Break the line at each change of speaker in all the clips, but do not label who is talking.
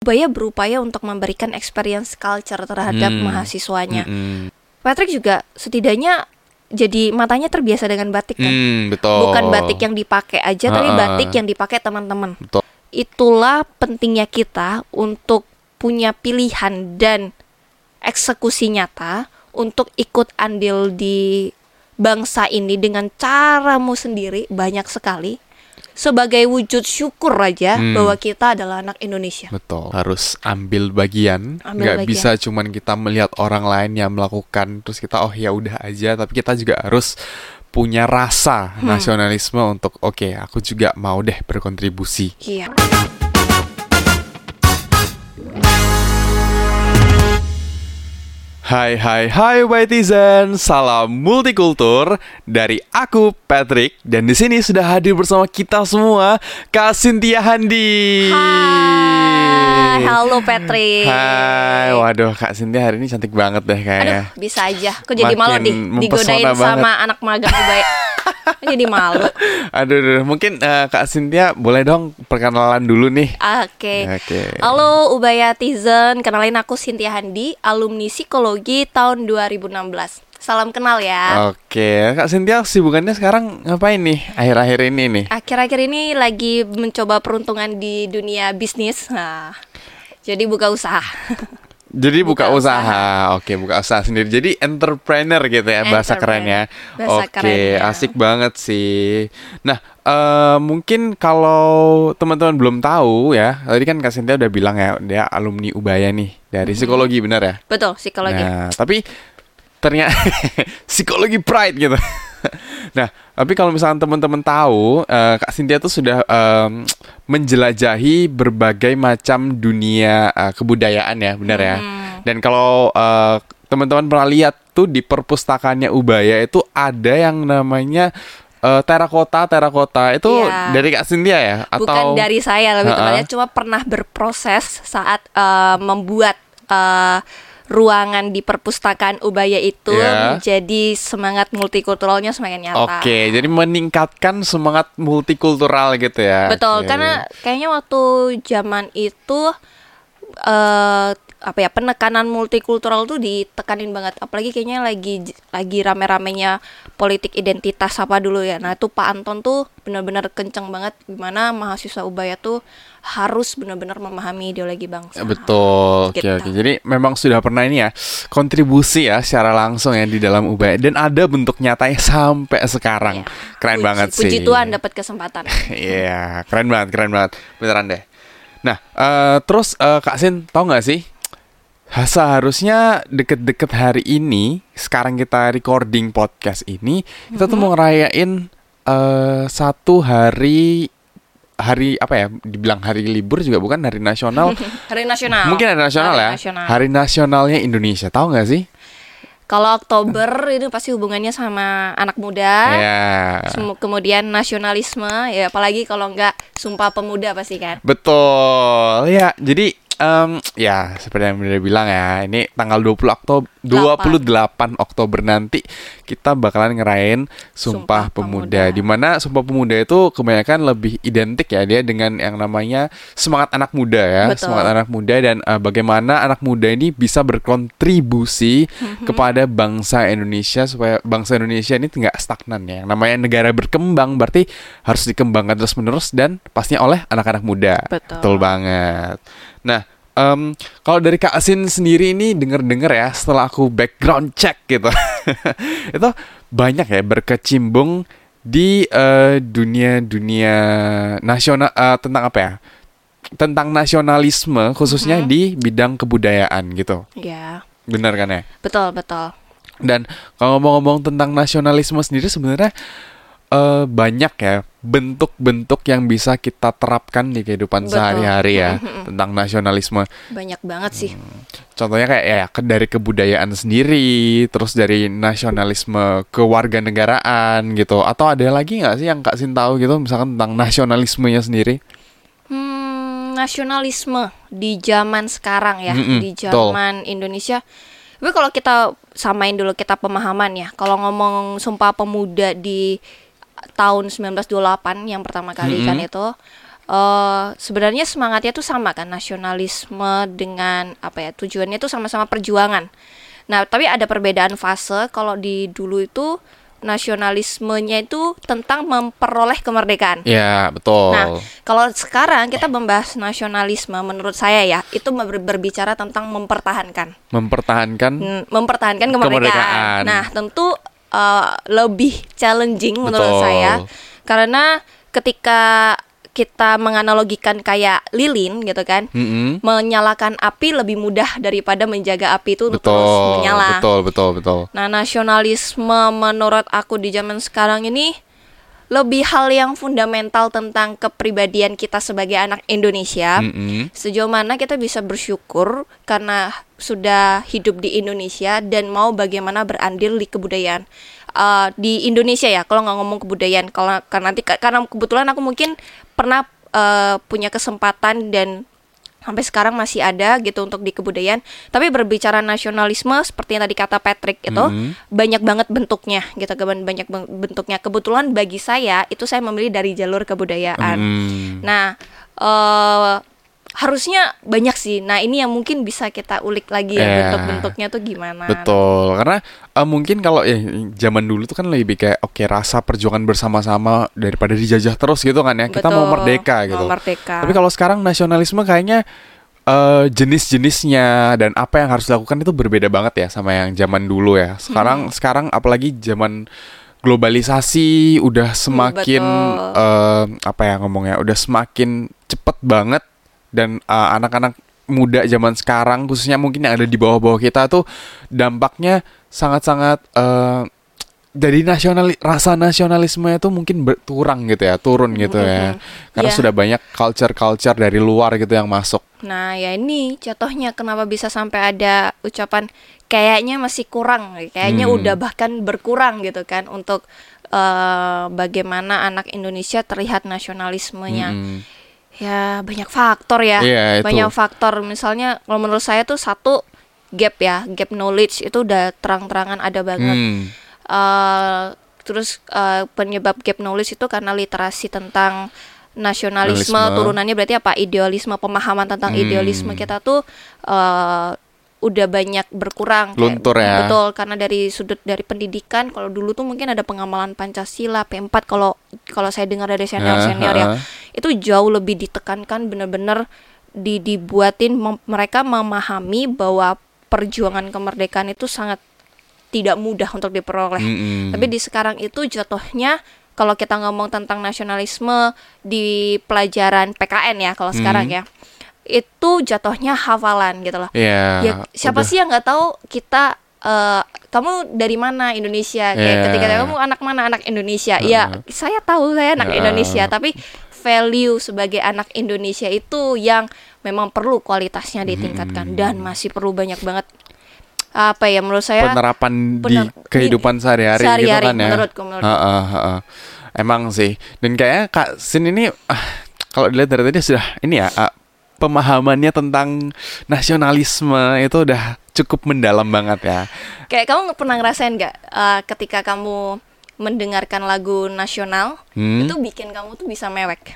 Ubaya berupaya untuk memberikan experience culture terhadap mahasiswanya. Patrick juga setidaknya jadi matanya terbiasa dengan batik kan.
Betul.
Bukan batik yang dipakai aja, tapi batik yang dipakai teman-teman.
Betul.
Itulah pentingnya kita untuk punya pilihan dan eksekusi nyata untuk ikut andil di bangsa ini dengan caramu sendiri, banyak sekali. Sebagai wujud syukur aja bahwa kita adalah anak Indonesia.
Betul. Harus ambil bagian. Nggak bisa cuman kita melihat orang lain yang melakukan terus kita oh ya udah aja, tapi kita juga harus punya rasa nasionalisme untuk oke, aku juga mau deh berkontribusi.
Iya.
Hai Whiteizen, salam multikultur dari aku Patrick dan di sini sudah hadir bersama kita semua Kak Cynthia Handi.
Hai, halo Patrick.
Hai, waduh Kak Cynthia hari ini cantik banget deh kayaknya.
Aduh, bisa aja. Aku jadi malu digodain sama anak magang Ubaya. Jadi malu.
Aduh, mungkin Kak Cynthia boleh dong perkenalan dulu nih.
Oke. Halo Ubayatizen, kenalin aku Cynthia Handi, alumni psikologi tahun 2016. Salam kenal ya.
Oke, Kak Cynthia sibukannya sekarang ngapain nih akhir-akhir ini nih?
Akhir-akhir ini lagi mencoba peruntungan di dunia bisnis. Nah, jadi buka usaha.
Jadi buka usaha. Oke, buka usaha sendiri. Jadi entrepreneur gitu ya bahasa kerennya. Oke, asik banget sih. Nah, mungkin kalau teman-teman belum tahu ya, tadi kan Kak Cynthia udah bilang ya, dia alumni Ubaya nih dari psikologi, benar ya?
Betul, psikologi.
Nah, tapi ternyata psikologi pride gitu. Nah, tapi kalau misalkan teman-teman tahu, Kak Cynthia tuh sudah menjelajahi berbagai macam dunia kebudayaan ya, benar ya. Dan kalau teman-teman pernah lihat tuh di perpustakaannya Ubaya itu ada yang namanya terakota itu dari Kak Cynthia ya? Atau
bukan dari saya lebih tepatnya, cuma pernah berproses saat membuat ruangan di perpustakaan Ubaya itu menjadi semangat multikulturalnya semakin nyata.
Oke, jadi meningkatkan semangat multikultural gitu ya.
Betul, karena kayaknya waktu zaman itu penekanan multikultural tuh ditekanin banget, apalagi kayaknya lagi rame-ramenya politik identitas apa dulu ya. Nah, itu Pak Anton tuh benar-benar kenceng banget gimana mahasiswa Ubaya tuh harus benar-benar memahami ideologi bangsa.
Betul. Oke. Jadi memang sudah pernah ini ya kontribusi ya secara langsung ya di dalam Ubaya dan ada bentuk nyatanya sampai sekarang. Keren banget sih.
Puji Tuhan dapat kesempatan.
Iya, keren banget. Beneran deh. Nah, terus Kak Sin tahu nggak sih? Seharusnya deket-deket hari ini, sekarang kita recording podcast ini, kita tuh mau ngerayain satu hari apa ya, dibilang hari libur juga bukan, hari nasional.
Hari nasional.
Mungkin hari nasional ya. Hari nasionalnya Indonesia. Tahu nggak sih?
Kalau Oktober itu pasti hubungannya sama anak muda. Kemudian nasionalisme, ya apalagi kalau nggak Sumpah Pemuda pasti kan.
Betul. Ya, jadi ya seperti yang udah bilang ya, ini tanggal 28 Oktober nanti kita bakalan ngerayain Sumpah Pemuda. Dimana Sumpah Pemuda itu kebanyakan lebih identik ya dia dengan yang namanya semangat anak muda ya. Betul. Semangat anak muda dan bagaimana anak muda ini bisa berkontribusi kepada bangsa Indonesia supaya bangsa Indonesia ini nggak stagnan ya. Yang namanya negara berkembang berarti harus dikembangkan terus-menerus dan pastinya oleh anak-anak muda. Betul banget. Nah, kalau dari Kak Sin sendiri ini denger ya, setelah aku background check gitu, itu banyak ya berkecimpung di dunia nasional tentang apa ya? Tentang nasionalisme khususnya di bidang kebudayaan gitu. Iya. Benar kan ya?
Betul.
Dan kalau ngomong-ngomong tentang nasionalisme sendiri sebenarnya banyak ya bentuk-bentuk yang bisa kita terapkan di kehidupan sehari-hari ya tentang nasionalisme.
Banyak banget sih.
Contohnya kayak ya dari kebudayaan sendiri, terus dari nasionalisme kewarganegaraan gitu. Atau ada lagi nggak sih yang Kak Sin tahu gitu, misalkan tentang nasionalismenya sendiri?
Nasionalisme di zaman sekarang ya, di zaman Indonesia. Tapi kalau kita samain dulu kita pemahaman ya. Kalau ngomong Sumpah Pemuda di tahun 1928 yang pertama kali kan itu sebenarnya semangatnya tuh sama kan, nasionalisme dengan apa ya, tujuannya tuh sama-sama perjuangan. Nah, tapi ada perbedaan fase. Kalau di dulu itu nasionalismenya itu tentang memperoleh kemerdekaan.
Ya, betul.
Nah, kalau sekarang kita membahas nasionalisme, menurut saya ya, itu berbicara tentang mempertahankan kemerdekaan.
Kemerdekaan.
Nah, tentu lebih challenging menurut
Betul.
saya, karena ketika kita menganalogikan kayak lilin gitu kan, menyalakan api lebih mudah daripada menjaga api itu untuk terus menyala.
Betul.
Nah, nasionalisme menurut aku di zaman sekarang ini lebih hal yang fundamental tentang kepribadian kita sebagai anak Indonesia. Sejauh mana kita bisa bersyukur karena sudah hidup di Indonesia dan mau bagaimana berandil di kebudayaan di Indonesia ya. Kalau nggak ngomong kebudayaan, karena kebetulan aku mungkin pernah punya kesempatan dan sampai sekarang masih ada gitu untuk di kebudayaan. Tapi berbicara nasionalisme seperti yang tadi kata Patrick itu banyak banget bentuknya gitu, banyak bentuknya. Kebetulan bagi saya itu saya memilih dari jalur kebudayaan. Nah, harusnya banyak sih. Nah, ini yang mungkin bisa kita ulik lagi ya, bentuk-bentuknya tuh gimana.
Betul, karena mungkin kalau zaman dulu tuh kan lebih kayak rasa perjuangan bersama-sama daripada dijajah terus gitu kan ya. Kita mau merdeka gitu. Tapi kalau sekarang nasionalisme kayaknya jenis-jenisnya dan apa yang harus dilakukan itu berbeda banget ya sama yang zaman dulu ya. Sekarang apalagi zaman globalisasi udah semakin udah semakin cepet banget. Dan anak-anak muda zaman sekarang, khususnya mungkin yang ada di bawah-bawah kita tuh dampaknya sangat-sangat jadi rasa nasionalisme itu mungkin berkurang gitu ya, turun gitu ya. Karena sudah banyak culture dari luar gitu yang masuk.
Nah, ya ini contohnya kenapa bisa sampai ada ucapan kayaknya masih kurang, kayaknya udah bahkan berkurang gitu kan untuk bagaimana anak Indonesia terlihat nasionalismenya. Ya banyak faktor ya, banyak faktor. Misalnya kalau menurut saya tuh satu gap knowledge itu udah terang-terangan ada banget. Terus penyebab gap knowledge itu karena literasi tentang nasionalisme, turunannya berarti apa? Idealisme, pemahaman tentang idealisme kita tuh udah banyak berkurang.
Luntur ya.
Betul, karena dari sudut dari pendidikan, kalau dulu tuh mungkin ada pengamalan Pancasila, P4 kalau saya dengar dari senior-senior ya. Itu jauh lebih ditekankan, benar-benar dibuatin mereka memahami bahwa perjuangan kemerdekaan itu sangat tidak mudah untuk diperoleh. Tapi di sekarang itu jatuhnya kalau kita ngomong tentang nasionalisme di pelajaran PKN ya kalau sekarang ya, itu jatuhnya hafalan gitu loh. Ya siapa sih yang nggak tahu kita kamu dari mana Indonesia, kayak ketika kamu anak mana, anak Indonesia. Ya saya tahu saya anak Indonesia, tapi value sebagai anak Indonesia itu yang memang perlu kualitasnya ditingkatkan dan masih perlu banyak banget menurut saya
penerapan di kehidupan sehari-hari gitu kan ya.
Menurutku.
Emang sih. Dan kayaknya Kak Sin ini kalau dilihat dari tadi sudah ini ya, pemahamannya tentang nasionalisme itu udah cukup mendalam banget ya.
Kayak kamu pernah ngerasain gak ketika kamu mendengarkan lagu nasional itu bikin kamu tuh bisa mewek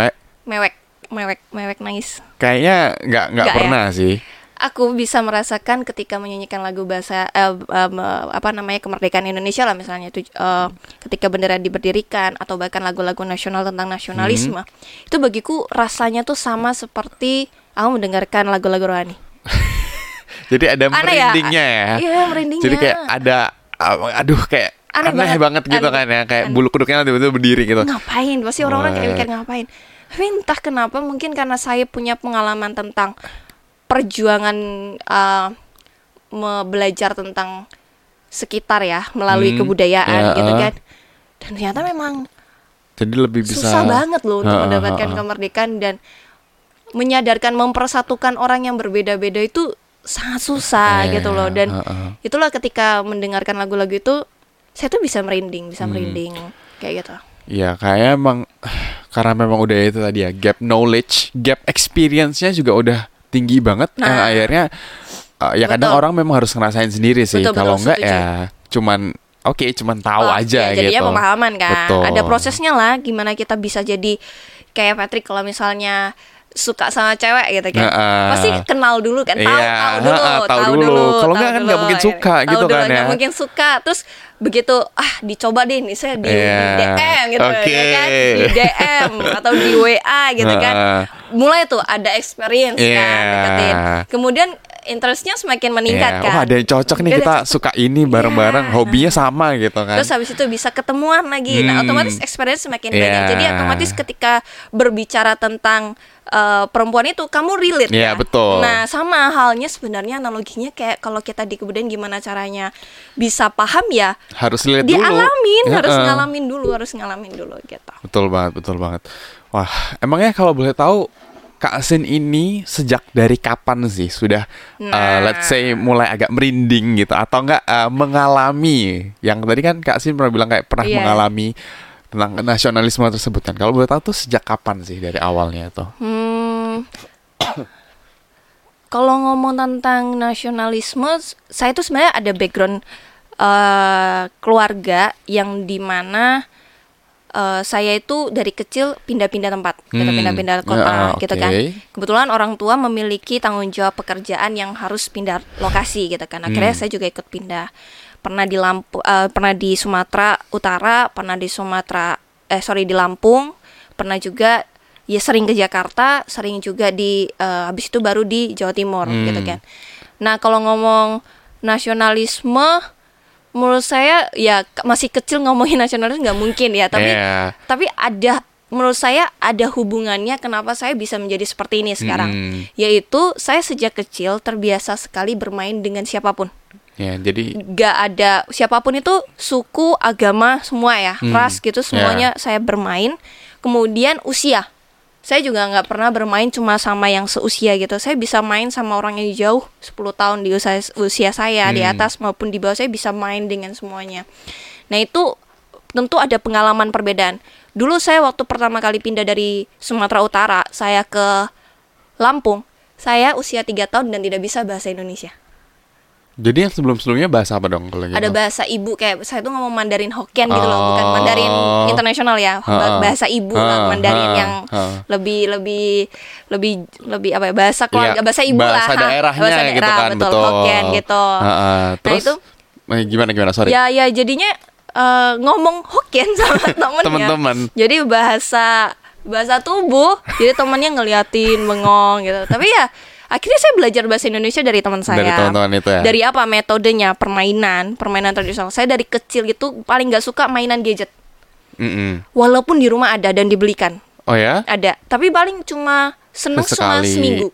nangis?
Kayaknya nggak pernah ya? Sih.
Aku bisa merasakan ketika menyanyikan lagu bahasa kemerdekaan Indonesia lah misalnya itu ketika bendera diberdirikan atau bahkan lagu-lagu nasional tentang nasionalisme. Itu bagiku rasanya tuh sama seperti aku mendengarkan lagu-lagu rohani.
Jadi ada merindingnya ya.
Iya, merindingnya.
Jadi kayak ada kayak aneh banget gitu kan ya, kayak bulu kuduknya tiba-tiba berdiri gitu.
Ngapain? Pasti orang-orang kayak mikir ngapain. Tapi entah kenapa, mungkin karena saya punya pengalaman tentang perjuangan belajar tentang sekitar ya melalui kebudayaan gitu kan. Dan ternyata memang
jadi lebih bisa
susah banget loh untuk mendapatkan kemerdekaan dan menyadarkan mempersatukan orang yang berbeda-beda itu sangat susah gitu loh. Dan itulah ketika mendengarkan lagu-lagu itu saya tuh bisa merinding kayak gitu.
Ya kayak emang karena memang udah itu tadi ya, gap knowledge, gap experience-nya juga udah tinggi banget. Akhirnya kadang orang memang harus ngerasain sendiri sih. Kalau enggak ya cuman tahu aja
ya, jadinya
gitu.
Pemahaman kan.
Betul.
Ada prosesnya lah gimana kita bisa jadi kayak Patrick kalau misalnya suka sama cewek gitu kan, pasti kenal dulu kan, tahu dulu.
Kalau nggak kan nggak mungkin suka gitu kan ya.
Nggak mungkin suka. Terus begitu dicoba deh nih saya di DM gitu ya kan, di DM atau di WA gitu kan, mulai tuh ada experience kan deketin. Kemudian interestnya semakin meningkat kan.
Oh, ada yang cocok nih, kita suka ini bareng-bareng, hobinya sama gitu kan.
Terus habis itu bisa ketemuan lagi. Nah, otomatis experience semakin banyak. Jadi otomatis ketika berbicara tentang perempuan itu kamu relate ya.
Betul.
Nah, sama halnya sebenarnya analoginya kayak kalau kita di kebudayaan gimana caranya bisa paham ya.
Harus lihat dulu.
Dialamin, harus ngalamin dulu gitu.
Betul banget. Wah, emangnya kalau boleh tahu Kak Sin ini sejak dari kapan sih sudah let's say mulai agak merinding gitu atau enggak mengalami yang tadi kan Kak Sin pernah bilang kayak pernah mengalami tentang nasionalisme tersebut kan. Kalau boleh tahu tuh sejak kapan sih dari awalnya tuh?
Kalau ngomong tentang nasionalisme, saya tuh sebenarnya ada background keluarga yang dimana saya itu dari kecil pindah-pindah tempat, gitu, pindah-pindah kota, gitu kan. Kebetulan orang tua memiliki tanggung jawab pekerjaan yang harus pindah lokasi, gitu kan. Akhirnya saya juga ikut pindah. Pernah di Sumatera Utara, pernah di di Lampung, pernah juga ya sering ke Jakarta, sering juga habis itu baru di Jawa Timur, gitu kan. Nah, kalau ngomong nasionalisme, menurut saya ya masih kecil ngomongin nasionalisme nggak mungkin ya, tapi menurut saya ada hubungannya kenapa saya bisa menjadi seperti ini sekarang, yaitu saya sejak kecil terbiasa sekali bermain dengan siapapun.
Jadi
nggak ada siapapun itu suku, agama, semua ya, ras gitu, semuanya saya bermain. Kemudian usia, saya juga nggak pernah bermain cuma sama yang seusia gitu. Saya bisa main sama orang yang jauh 10 tahun di usia saya, di atas maupun di bawah, saya bisa main dengan semuanya. Nah, itu tentu ada pengalaman perbedaan. Dulu saya waktu pertama kali pindah dari Sumatera Utara, saya ke Lampung, saya usia 3 tahun dan tidak bisa bahasa Indonesia.
Jadi yang sebelum-sebelumnya bahasa apa dong kalau gitu?
Ada bahasa ibu, kayak saya tuh ngomong Mandarin Hokkien gitu loh, bukan Mandarin internasional ya, bahasa ibu lah, Mandarin yang lebih apa ya, bahasa keluarga, bahasa ibu lah,
bahasa daerahnya gitu kan,
betul. Hokkien gitu.
Terus nah, itu gimana sorry?
Ya jadinya ngomong Hokkien sama temen-temen. Jadi bahasa tubuh, jadi temennya ngeliatin bengong gitu. Tapi ya akhirnya saya belajar bahasa Indonesia dari teman saya.
Dari teman-teman itu ya.
Dari apa metodenya, permainan tradisional. Saya dari kecil gitu paling nggak suka mainan gadget. Walaupun di rumah ada dan dibelikan.
Oh ya?
Ada. Tapi paling cuma seneng cuma seminggu.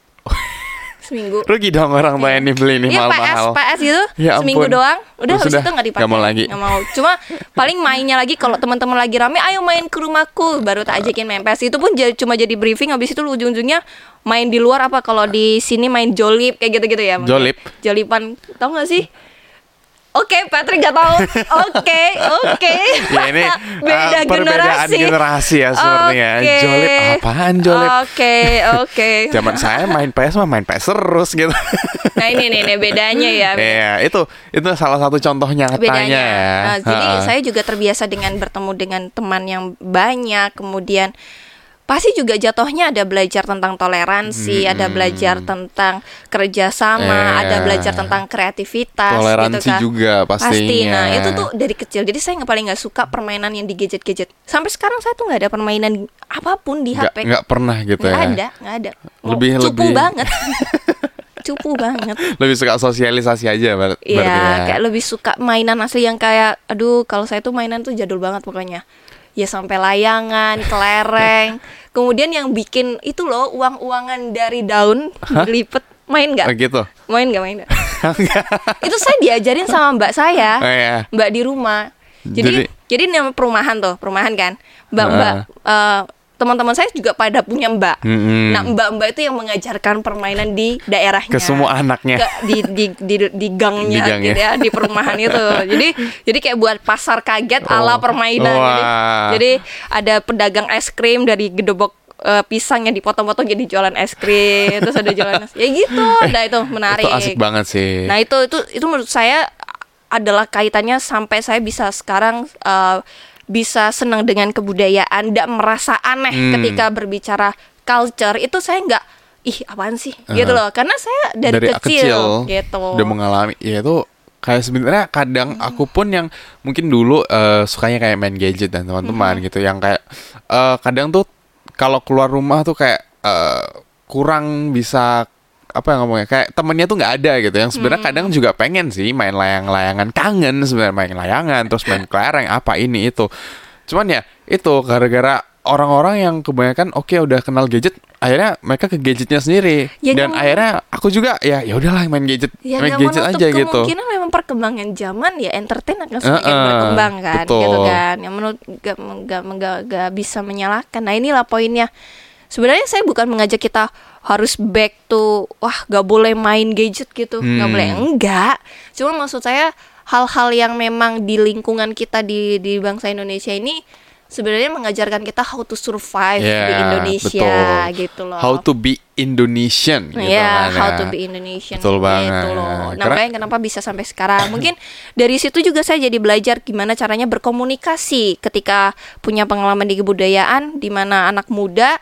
Rugi dong orang tua yang dibeli ini mahal-mahal.
PS gitu,
ya
seminggu doang. Udah habis itu nggak dipakai.
Nggak mau lagi.
Nggak mau. Cuma paling mainnya lagi kalau teman-teman lagi rame, ayo main ke rumahku. Baru tak ajakin main PS. Itu pun cuma jadi briefing. Habis itu ujung-ujungnya main di luar apa? Kalau di sini main jolip kayak gitu-gitu ya. Jolipan, tau nggak sih? Oke, Patrick nggak tahu. Oke.
Ya ini
beda
perbedaan generasi ya sebenarnya. Jolip apaan jolip?
Oke.
Zaman saya main PS terus gitu.
Nah ini bedanya ya.
Iya, itu salah satu contoh nyatanya.
Bedanya. Nah, jadi saya juga terbiasa dengan bertemu dengan teman yang banyak, kemudian pasti juga jatuhnya ada belajar tentang toleransi, ada belajar tentang kerjasama, ada belajar tentang kreativitas,
toleransi
gitu kan.
Juga pastinya.
Pasti. Nah itu tuh dari kecil. Jadi saya paling nggak suka permainan yang di gadget. Sampai sekarang saya tuh nggak ada permainan apapun di HP.
Nggak pernah gitu ya.
Nggak ada.
Lebih
banget. Cupu banget.
Lebih suka sosialisasi aja berarti ya.
Kayak lebih suka mainan asli yang kayak, aduh kalau saya tuh mainan tuh jadul banget pokoknya. Ya sampai layangan, kelereng. Kemudian yang bikin itu loh, uang-uangan dari daun dilipet. Main nggak?
Gitu.
Main nggak? Itu saya diajarin sama mbak saya, mbak di rumah. Jadi nama perumahan kan, mbak teman-teman saya juga pada punya mbak. Nah mbak itu yang mengajarkan permainan di daerahnya
ke semua anaknya,
di gangnya gitu ya, di perumahan itu. Jadi kayak buat pasar kaget ala permainan. Jadi ada pedagang es krim dari gedobok pisangnya dipotong-potong jadi jualan es krim, terus ada jualan ya gitu. Nah itu menarik.
Itu asik banget sih.
Nah itu menurut saya adalah kaitannya sampai saya bisa sekarang bisa senang dengan kebudayaan, tidak merasa aneh ketika berbicara culture, itu saya nggak apaan sih gitu loh, karena saya dari kecil gitu
udah mengalami. Ya itu kayak sebenarnya kadang aku pun yang mungkin dulu sukanya kayak main gadget dan teman-teman gitu, yang kayak kadang tuh kalau keluar rumah tuh kayak kurang bisa apa yang ngomongnya, kayak temennya tuh nggak ada gitu, yang sebenarnya kadang juga pengen sih main layang-layangan, kangen sebenarnya main layangan, terus main kelereng apa ini itu. Cuman ya itu gara-gara orang-orang yang kebanyakan udah kenal gadget, akhirnya mereka ke gadgetnya sendiri. Ya, dan akhirnya aku juga ya udahlah main gadget, main gadget aja gitu.
Kemungkinan memang perkembangan zaman ya entertain akan semakin berkembang kan,
betul.
Gitu kan. Yang menurut gak bisa menyalahkan. Nah inilah poinnya. Sebenarnya saya bukan mengajak kita harus back to gak boleh main gadget gitu, gak boleh, enggak. Cuma maksud saya hal-hal yang memang di lingkungan kita di bangsa Indonesia ini sebenarnya mengajarkan kita how to survive di Indonesia, betul. Gitu loh.
How to be Indonesian gitu kan.
How to be Indonesian.
Betul banget.
Gitu loh. Nah, makanya kenapa bisa sampai sekarang. Mungkin dari situ juga saya jadi belajar gimana caranya berkomunikasi ketika punya pengalaman di kebudayaan, di mana anak muda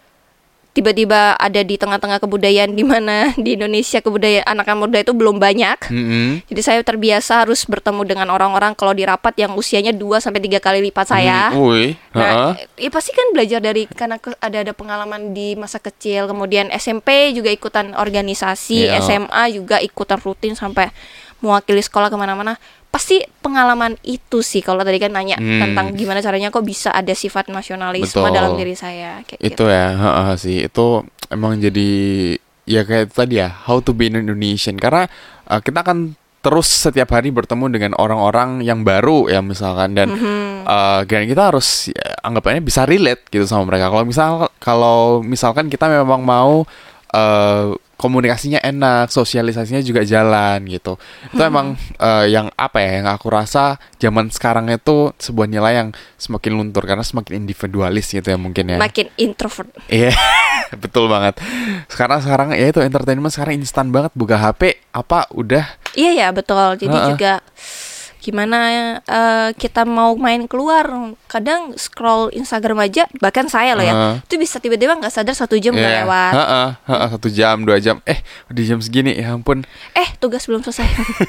tiba-tiba ada di tengah-tengah kebudayaan di mana di Indonesia kebudayaan anak muda itu belum banyak. Jadi saya terbiasa harus bertemu dengan orang-orang kalau di rapat yang usianya 2-3 kali lipat saya. Nah, ya pasti kan belajar dari karena ada pengalaman di masa kecil, kemudian SMP juga ikutan organisasi, SMA juga ikutan rutin sampai mewakili sekolah kemana-mana. Pasti pengalaman itu sih, kalau tadi kan nanya tentang gimana caranya kok bisa ada sifat nasionalisme dalam diri saya kayak
itu
gitu.
Ya sih, itu emang jadi ya kayak tadi ya, how to be Indonesian, karena kita akan terus setiap hari bertemu dengan orang-orang yang baru ya misalkan, dan kita harus anggapannya bisa relate gitu sama mereka. Kalau misalkan kita memang mau komunikasinya enak, sosialisasinya juga jalan gitu. Itu emang yang aku rasa zaman sekarang itu sebuah nilai yang semakin luntur karena semakin individualis gitu ya mungkin ya.
Makin introvert.
Iya, betul banget. Sekarang ya itu entertainment sekarang instan banget, buka HP udah.
Iya ya, betul. Jadi juga gimana kita mau main keluar, kadang scroll Instagram aja, bahkan saya loh ya, itu bisa tiba-tiba nggak sadar 1 jam udah lewat.
1 jam 2 jam, udah jam segini, ya ampun.
Tugas belum selesai.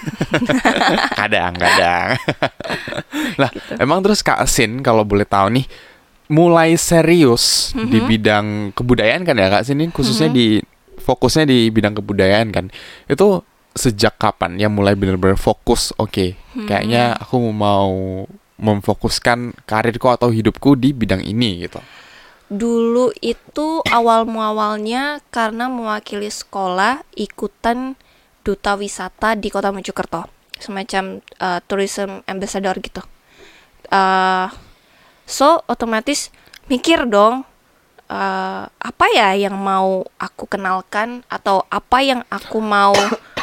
kadang. Nah, gitu. Emang terus Kak Sin kalau boleh tahu nih, mulai serius di bidang kebudayaan kan ya Kak Sin, ini khususnya fokusnya di bidang kebudayaan kan, itu sejak kapan ya mulai benar-benar fokus? Kayaknya aku mau memfokuskan karirku atau hidupku di bidang ini gitu.
Dulu itu awalnya karena mewakili sekolah ikutan duta wisata di Kota Mojokerto, semacam tourism ambassador gitu. So otomatis mikir dong, apa ya yang mau aku kenalkan atau apa yang aku mau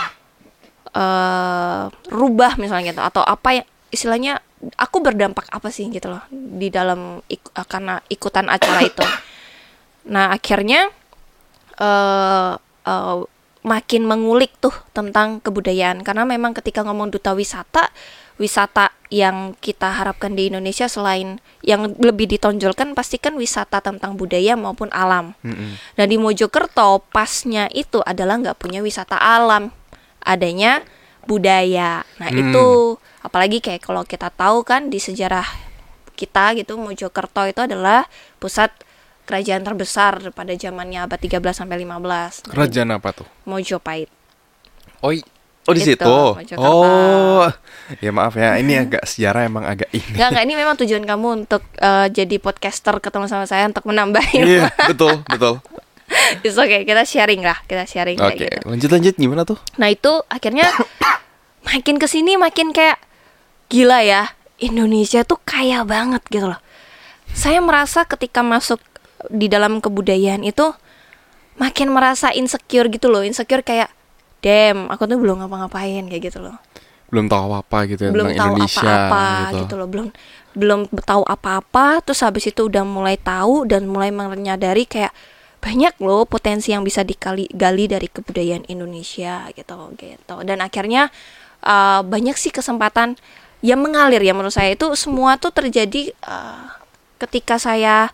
rubah misalnya gitu, atau apa yang istilahnya aku berdampak apa sih gitu loh di dalam karena ikutan acara itu. Nah akhirnya makin mengulik tuh tentang kebudayaan, karena memang ketika ngomong duta wisata yang kita harapkan di Indonesia selain yang lebih ditonjolkan pasti kan wisata tentang budaya maupun alam. Nah di Mojokerto pasnya itu adalah nggak punya wisata alam, adanya budaya. Nah itu apalagi kayak kalau kita tahu kan di sejarah kita gitu, Mojokerto itu adalah pusat kerajaan terbesar pada zamannya abad 13 sampai 15.
Kerajaan apa tuh?
Mojopahit.
Oh di situ. Oh. Ya maaf ya, ini agak sejarah emang agak ini.
Enggak, ini memang tujuan kamu untuk jadi podcaster ketemu sama saya untuk menambah.
Iya, betul.
It's okay, kita sharing kayak gitu.
Lanjut gimana tuh?
Nah itu akhirnya makin kesini makin kayak gila ya, Indonesia tuh kaya banget gitu loh. Saya merasa ketika masuk di dalam kebudayaan itu makin merasa insecure gitu loh, kayak aku tuh belum ngapa-ngapain kayak gitu loh.
Belum tahu apa gitu ya
belum
tentang
tahu
Indonesia
apa-apa gitu loh, belum tahu apa-apa. Terus habis itu udah mulai tahu dan mulai menyadari kayak banyak loh potensi yang bisa digali dari kebudayaan Indonesia gitu. Dan akhirnya banyak sih kesempatan ya mengalir ya menurut saya. Itu semua tuh terjadi ketika saya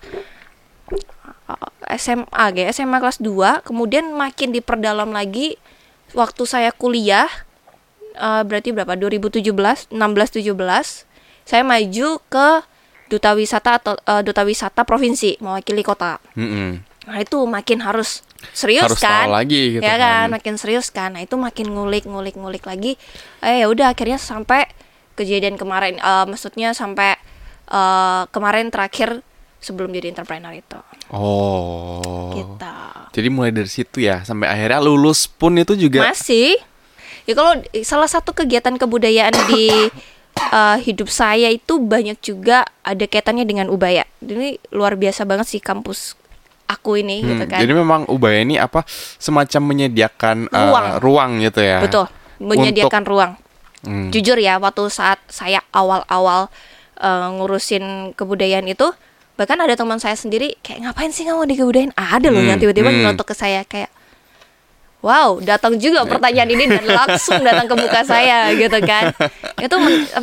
SMA kelas 2, kemudian makin diperdalam lagi waktu saya kuliah, berarti berapa? 2017, 16, 17, saya maju ke duta wisata atau duta wisata provinsi mewakili kota. Nah itu makin harus serius
harus
kan,
tahu lagi gitu
ya kan, makin serius kan. Nah itu makin ngulik lagi. Ya udah akhirnya sampai kejadian kemarin, maksudnya sampai kemarin terakhir sebelum jadi entrepreneur itu.
Oh.
Gitu.
Jadi mulai dari situ ya sampai akhirnya lulus pun itu juga
Masih. Ya kalau salah satu kegiatan kebudayaan di hidup saya itu banyak juga ada kaitannya dengan Ubaya. Ini luar biasa banget sih kampus aku ini gitu kan.
Jadi memang Ubaya ini apa semacam menyediakan ruang gitu ya.
Betul, menyediakan ruang. Jujur ya, waktu saat saya awal-awal ngurusin kebudayaan itu, bahkan ada teman saya sendiri kayak, ngapain sih kamu di kebudayaan? Ada loh yang tiba-tiba nyeletuk ke saya kayak, wow, datang juga pertanyaan ini dan langsung datang ke muka saya gitu kan. Itu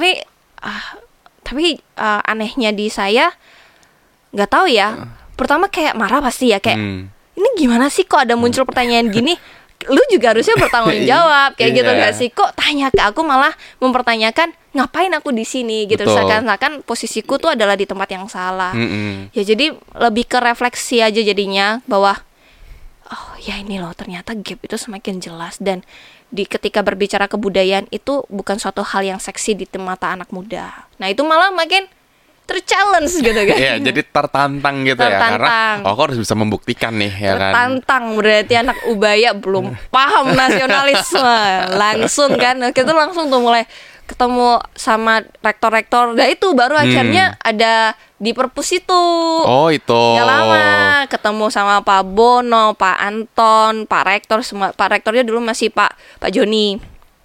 tapi anehnya di saya nggak tahu ya. Pertama kayak marah pasti ya, kayak ini gimana sih kok ada muncul pertanyaan gini? Lu juga harusnya bertanggung jawab kayak gitu gak sih? Kok tanya ke aku malah mempertanyakan ngapain aku di sini gitu. Seakan-akan posisiku tuh adalah di tempat yang salah. Ya jadi lebih ke refleksi aja jadinya bahwa oh ya ini loh ternyata gap itu semakin jelas, dan ketika berbicara kebudayaan itu bukan suatu hal yang seksi di mata anak muda. Nah itu malah makin ter-challenge gitu kan.
Iya, jadi tertantang gitu ya, karena aku harus bisa membuktikan nih ya kan.
Tertantang berarti anak Ubaya belum paham nasionalisme. Langsung kan, kita langsung tuh mulai ketemu sama rektor-rektor. Nah itu baru akhirnya ada di perpus itu.
Oh itu.
Gak lama ketemu sama Pak Bono, Pak Anton, Pak Rektor semua. Pak Rektornya dulu masih Pak Joni.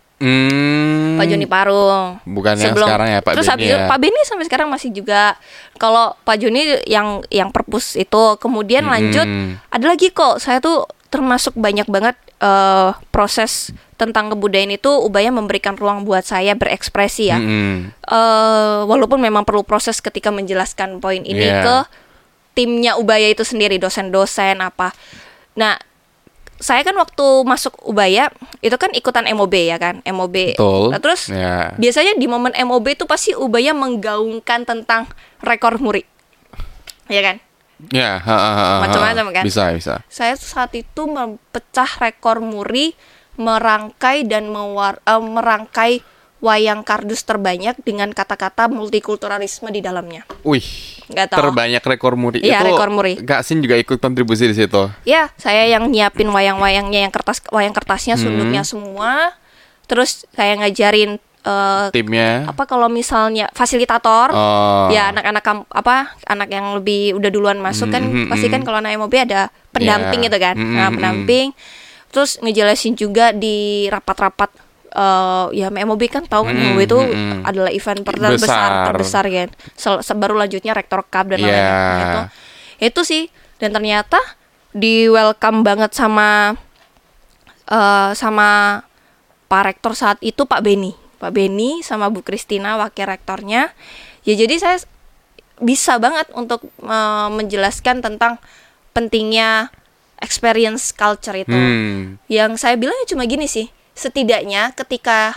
Pak Joni Parung.
Bukan yang sekarang ya Pak
Terus
Beni ya.
Pak Beni sampai sekarang masih juga. Kalau Pak Joni yang perpus itu, kemudian lanjut ada lagi kok. Saya tuh termasuk banyak banget proses tentang kebudayaan itu Ubaya memberikan ruang buat saya berekspresi ya. Walaupun memang perlu proses ketika menjelaskan poin ini ke timnya Ubaya itu sendiri, dosen-dosen apa. Nah, saya kan waktu masuk Ubaya itu kan ikutan MOB ya kan, MOB.
Betul.
Nah, terus biasanya di momen MOB itu pasti Ubaya menggaungkan tentang rekor muri, ya kan?
Ya,
macam-macam kan.
Bisa.
Saya saat itu mempecah rekor muri, merangkai merangkai wayang kardus terbanyak dengan kata-kata multikulturalisme di dalamnya.
Wih, terbanyak rekor muri.
Iya, rekor muri.
Kak Sin juga ikut kontribusi di situ.
Ya, saya yang nyiapin wayang-wayangnya, wayang kertasnya, sunduknya semua. Terus saya ngajarin
timnya.
Apa kalau misalnya fasilitator, ya anak yang lebih udah duluan masuk kan, pasti kan kalau anak MOB ada pendamping gitu kan. Nah, pendamping. Terus ngejelasin juga di rapat-rapat. Ya MOB kan tahu kan MOB itu adalah event terbesar kan. Baru lanjutnya Rektor Cup dan lain-lain itu sih. Dan ternyata di welcome banget sama Pak Rektor saat itu, Pak Beni sama Bu Kristina wakil rektornya. Ya jadi saya bisa banget untuk menjelaskan tentang pentingnya experience culture itu. Yang saya bilang ya cuma gini sih. Setidaknya ketika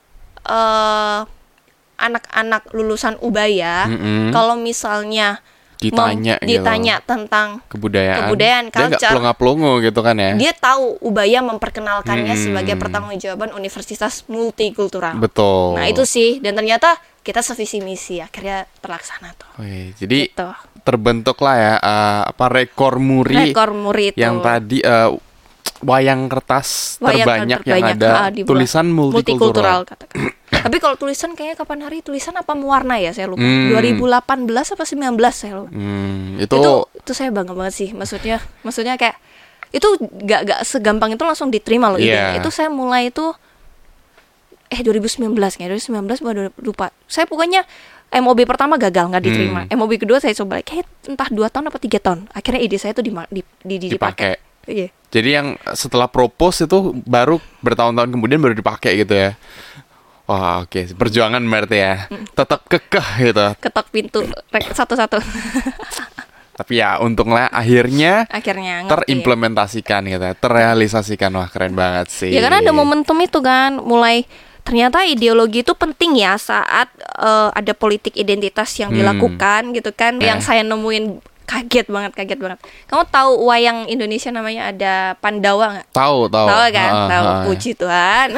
anak-anak lulusan Ubaya, kalau misalnya ditanya tentang kebudayaan culture,
dia nggak pelongo gitu kan ya.
Dia tahu Ubaya memperkenalkannya sebagai pertanggungjawaban universitas multikultural.
Betul.
Nah itu sih, dan ternyata kita sevisi misi, akhirnya terlaksana tuh.
Jadi
gitu.
Terbentuklah ya rekor muri
itu.
Yang tadi wayang kertas terbanyak yang ada tulisan multikultural.
Tapi kalau tulisan kayaknya kapan hari tulisan apa mewarna ya, saya lupa. 2018 apa 19 saya lupa. Itu saya bangga banget sih. Maksudnya kayak itu gak segampang itu langsung diterima loh ide. Itu saya mulai itu 2019 kayaknya, 2019 baru lupa. Saya pokoknya MOB pertama gagal, nggak diterima. MOB kedua saya coba kayak entah 2 tahun apa 3 tahun. Akhirnya ide saya itu dipakai. Iya.
Jadi yang setelah propose itu baru bertahun-tahun kemudian baru dipakai gitu ya. Wah, oke. Perjuangan berarti ya. Tetap kekeh gitu.
Ketok pintu satu-satu.
Tapi ya untunglah akhirnya
Akhirnya ngerti.
terimplementasikan gitu ya. Terrealisasikan. Wah, keren banget sih.
Ya karena ada momentum itu kan, mulai ternyata ideologi itu penting ya saat ada politik identitas yang dilakukan gitu kan. Yang saya nemuin kaget banget. Kamu tahu wayang Indonesia namanya ada Pandawa nggak?
Tahu.
Tahu kan? Tahu. Puji Tuhan.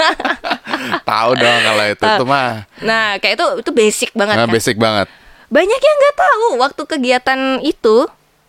Tahu dong kalau itu mah.
Nah, kayak itu basic banget kan.
Basic banget.
Banyak yang nggak tahu waktu kegiatan itu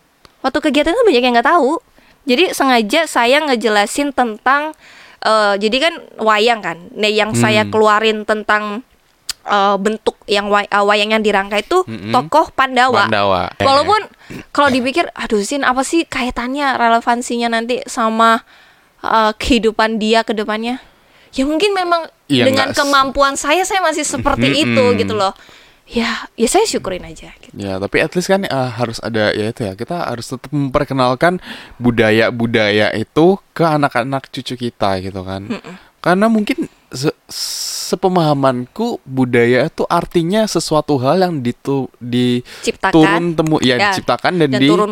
banyak yang nggak tahu. Jadi sengaja saya ngejelasin tentang jadi kan wayang kan. Nah, yang saya keluarin tentang bentuk yang wayang yang dirangkai itu tokoh Pandawa. Walaupun kalau dipikir, aduh Sin, apa sih kaitannya, relevansinya nanti sama kehidupan dia ke depannya? Ya mungkin memang dengan kemampuan saya masih seperti itu gitu loh. Ya saya syukurin aja gitu.
Ya, tapi at least kan harus ada ya itu ya. Kita harus tetap memperkenalkan budaya-budaya itu ke anak-anak cucu kita gitu kan. Karena mungkin sepemahamanku budaya itu artinya sesuatu hal yang diciptakan dan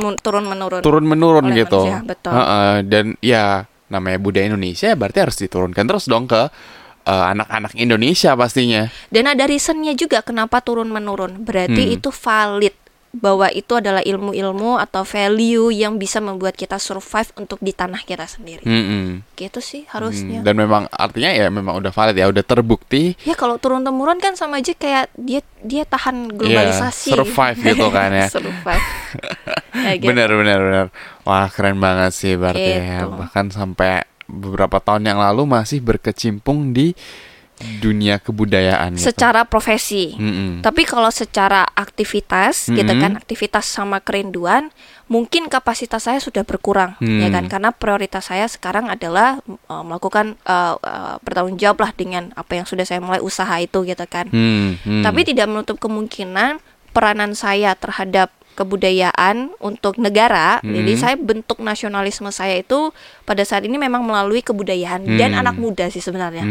turun menurun gitu.
Manusia, betul.
Dan ya namanya budaya Indonesia berarti harus diturunkan terus dong ke anak-anak Indonesia pastinya.
Dan ada reasonnya juga kenapa turun menurun. Berarti itu valid, bahwa itu adalah ilmu-ilmu atau value yang bisa membuat kita survive untuk di tanah kita sendiri. Gitu sih harusnya.
Dan memang artinya ya memang udah valid ya, udah terbukti.
Ya kalau turun temurun kan sama aja kayak dia tahan globalisasi.
Survive gitu kan ya.
Survive. Ya, gitu.
Bener. Wah, keren banget sih berarti ya. Bahkan sampai beberapa tahun yang lalu masih berkecimpung di dunia kebudayaan
secara profesi. Tapi kalau secara aktivitas gitu kan, aktivitas sama kerinduan, mungkin kapasitas saya sudah berkurang ya kan, karena prioritas saya sekarang adalah melakukan bertanggung jawab lah dengan apa yang sudah saya mulai usaha itu gitu kan. Tapi tidak menutup kemungkinan peranan saya terhadap kebudayaan untuk negara. Jadi saya bentuk nasionalisme saya itu pada saat ini memang melalui kebudayaan dan anak muda sih sebenarnya.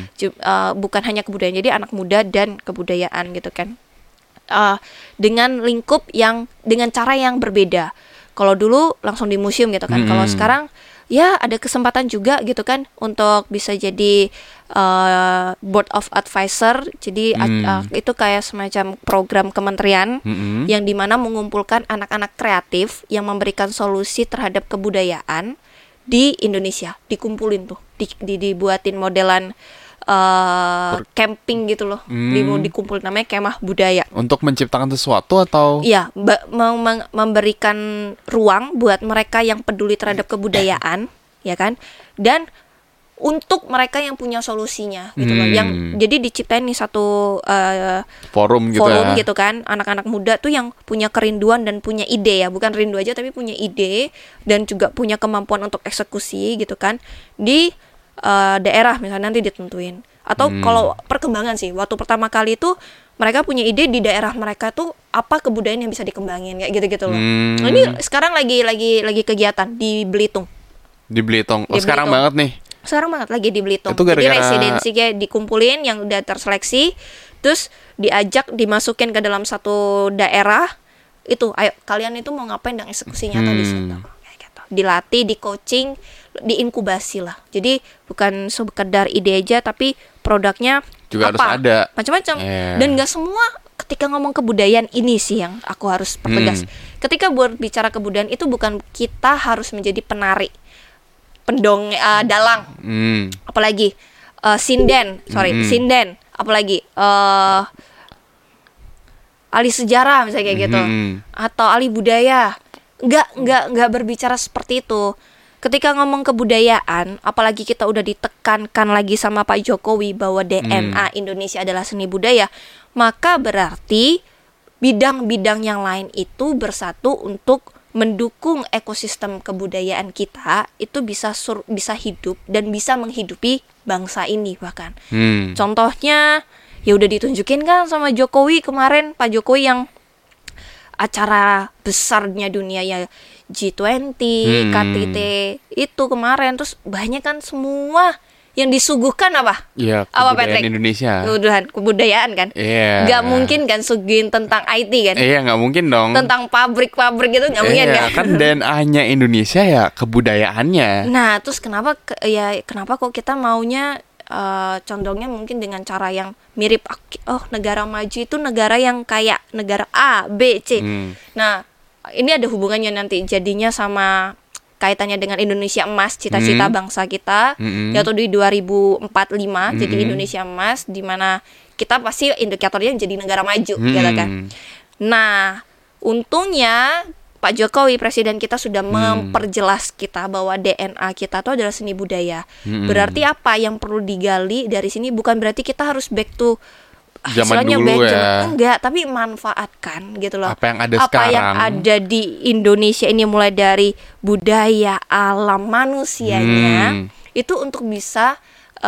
Bukan hanya kebudayaan, jadi anak muda dan kebudayaan gitu kan. Dengan lingkup yang dengan cara yang berbeda. Kalau dulu langsung di museum gitu kan. Kalau sekarang ya ada kesempatan juga gitu kan untuk bisa jadi board of advisor. Jadi itu kayak semacam program kementerian yang dimana mengumpulkan anak-anak kreatif yang memberikan solusi terhadap kebudayaan di Indonesia. Dikumpulin tuh, dibuatin modelan camping gitu loh. Dikumpul namanya kemah budaya.
Untuk menciptakan sesuatu atau?
Iya, memberikan ruang buat mereka yang peduli terhadap kebudayaan, ya kan? Dan untuk mereka yang punya solusinya gitu loh. Yang jadi diciptain nih satu
forum
gitu kan. Anak-anak muda tuh yang punya kerinduan dan punya ide ya, bukan rindu aja tapi punya ide dan juga punya kemampuan untuk eksekusi gitu kan. Di daerah misalnya nanti ditentuin. Atau kalau perkembangan sih, waktu pertama kali itu mereka punya ide di daerah mereka tuh apa kebudayaan yang bisa dikembangin kayak gitu-gitu loh. Nah, ini sekarang lagi kegiatan di Belitung.
Di Belitung. Sekarang banget nih.
Sekarang banget lagi di Belitung.
Itu
Jadi residensi kayak dikumpulin yang udah terseleksi, terus diajak dimasukin ke dalam satu daerah. Itu, ayo kalian itu mau ngapain dan eksekusi nyata di situ. Kayak gitu. Dilatih, di coaching, diinkubasi lah. Jadi bukan sekedar ide aja, tapi produknya
juga
apa?
Harus ada.
Macam-macam. Dan nggak semua. Ketika ngomong kebudayaan ini sih yang aku harus pertegas. Ketika berbicara kebudayaan itu bukan kita harus menjadi penari, dalang, apalagi sinden, apalagi ahli sejarah misalnya kayak gitu, atau ahli budaya. Nggak berbicara seperti itu. Ketika ngomong kebudayaan, apalagi kita udah ditekankan lagi sama Pak Jokowi bahwa DNA Indonesia adalah seni budaya, maka berarti bidang-bidang yang lain itu bersatu untuk mendukung ekosistem kebudayaan kita itu bisa hidup dan bisa menghidupi bangsa ini bahkan. Contohnya ya udah ditunjukin kan sama Jokowi kemarin, Pak Jokowi yang acara besarnya dunia ya G20, KTT itu kemarin, terus banyak kan semua yang disuguhkan apa?
Iya,
Apa,
kebudayaan
Patrick?
Indonesia.
Kebudayaan kan?
Iya.
Nggak mungkin kan suguhin tentang IT kan?
Iya, nggak mungkin dong.
Tentang pabrik-pabrik gitu nggak mungkin
Iya,
kan?
kan DNA-nya Indonesia ya kebudayaannya.
Nah, terus kenapa kok kita maunya condongnya mungkin dengan cara yang mirip? Oh, negara maju itu negara yang kayak negara A, B, C. Nah, ini ada hubungannya nanti jadinya sama kaitannya dengan Indonesia emas, cita-cita bangsa kita, yaitu di 2045 jadi Indonesia emas, di mana kita pasti indikatornya jadi negara maju, gitu kan. Nah, untungnya Pak Jokowi presiden kita sudah memperjelas kita bahwa DNA kita itu adalah seni budaya. Berarti apa yang perlu digali dari sini bukan berarti kita harus back to
Zaman dulu ya.
enggak, tapi manfaatkan gitu loh.
Apa yang ada
Apa
sekarang.
yang ada di Indonesia ini mulai dari budaya, alam, manusianya itu untuk bisa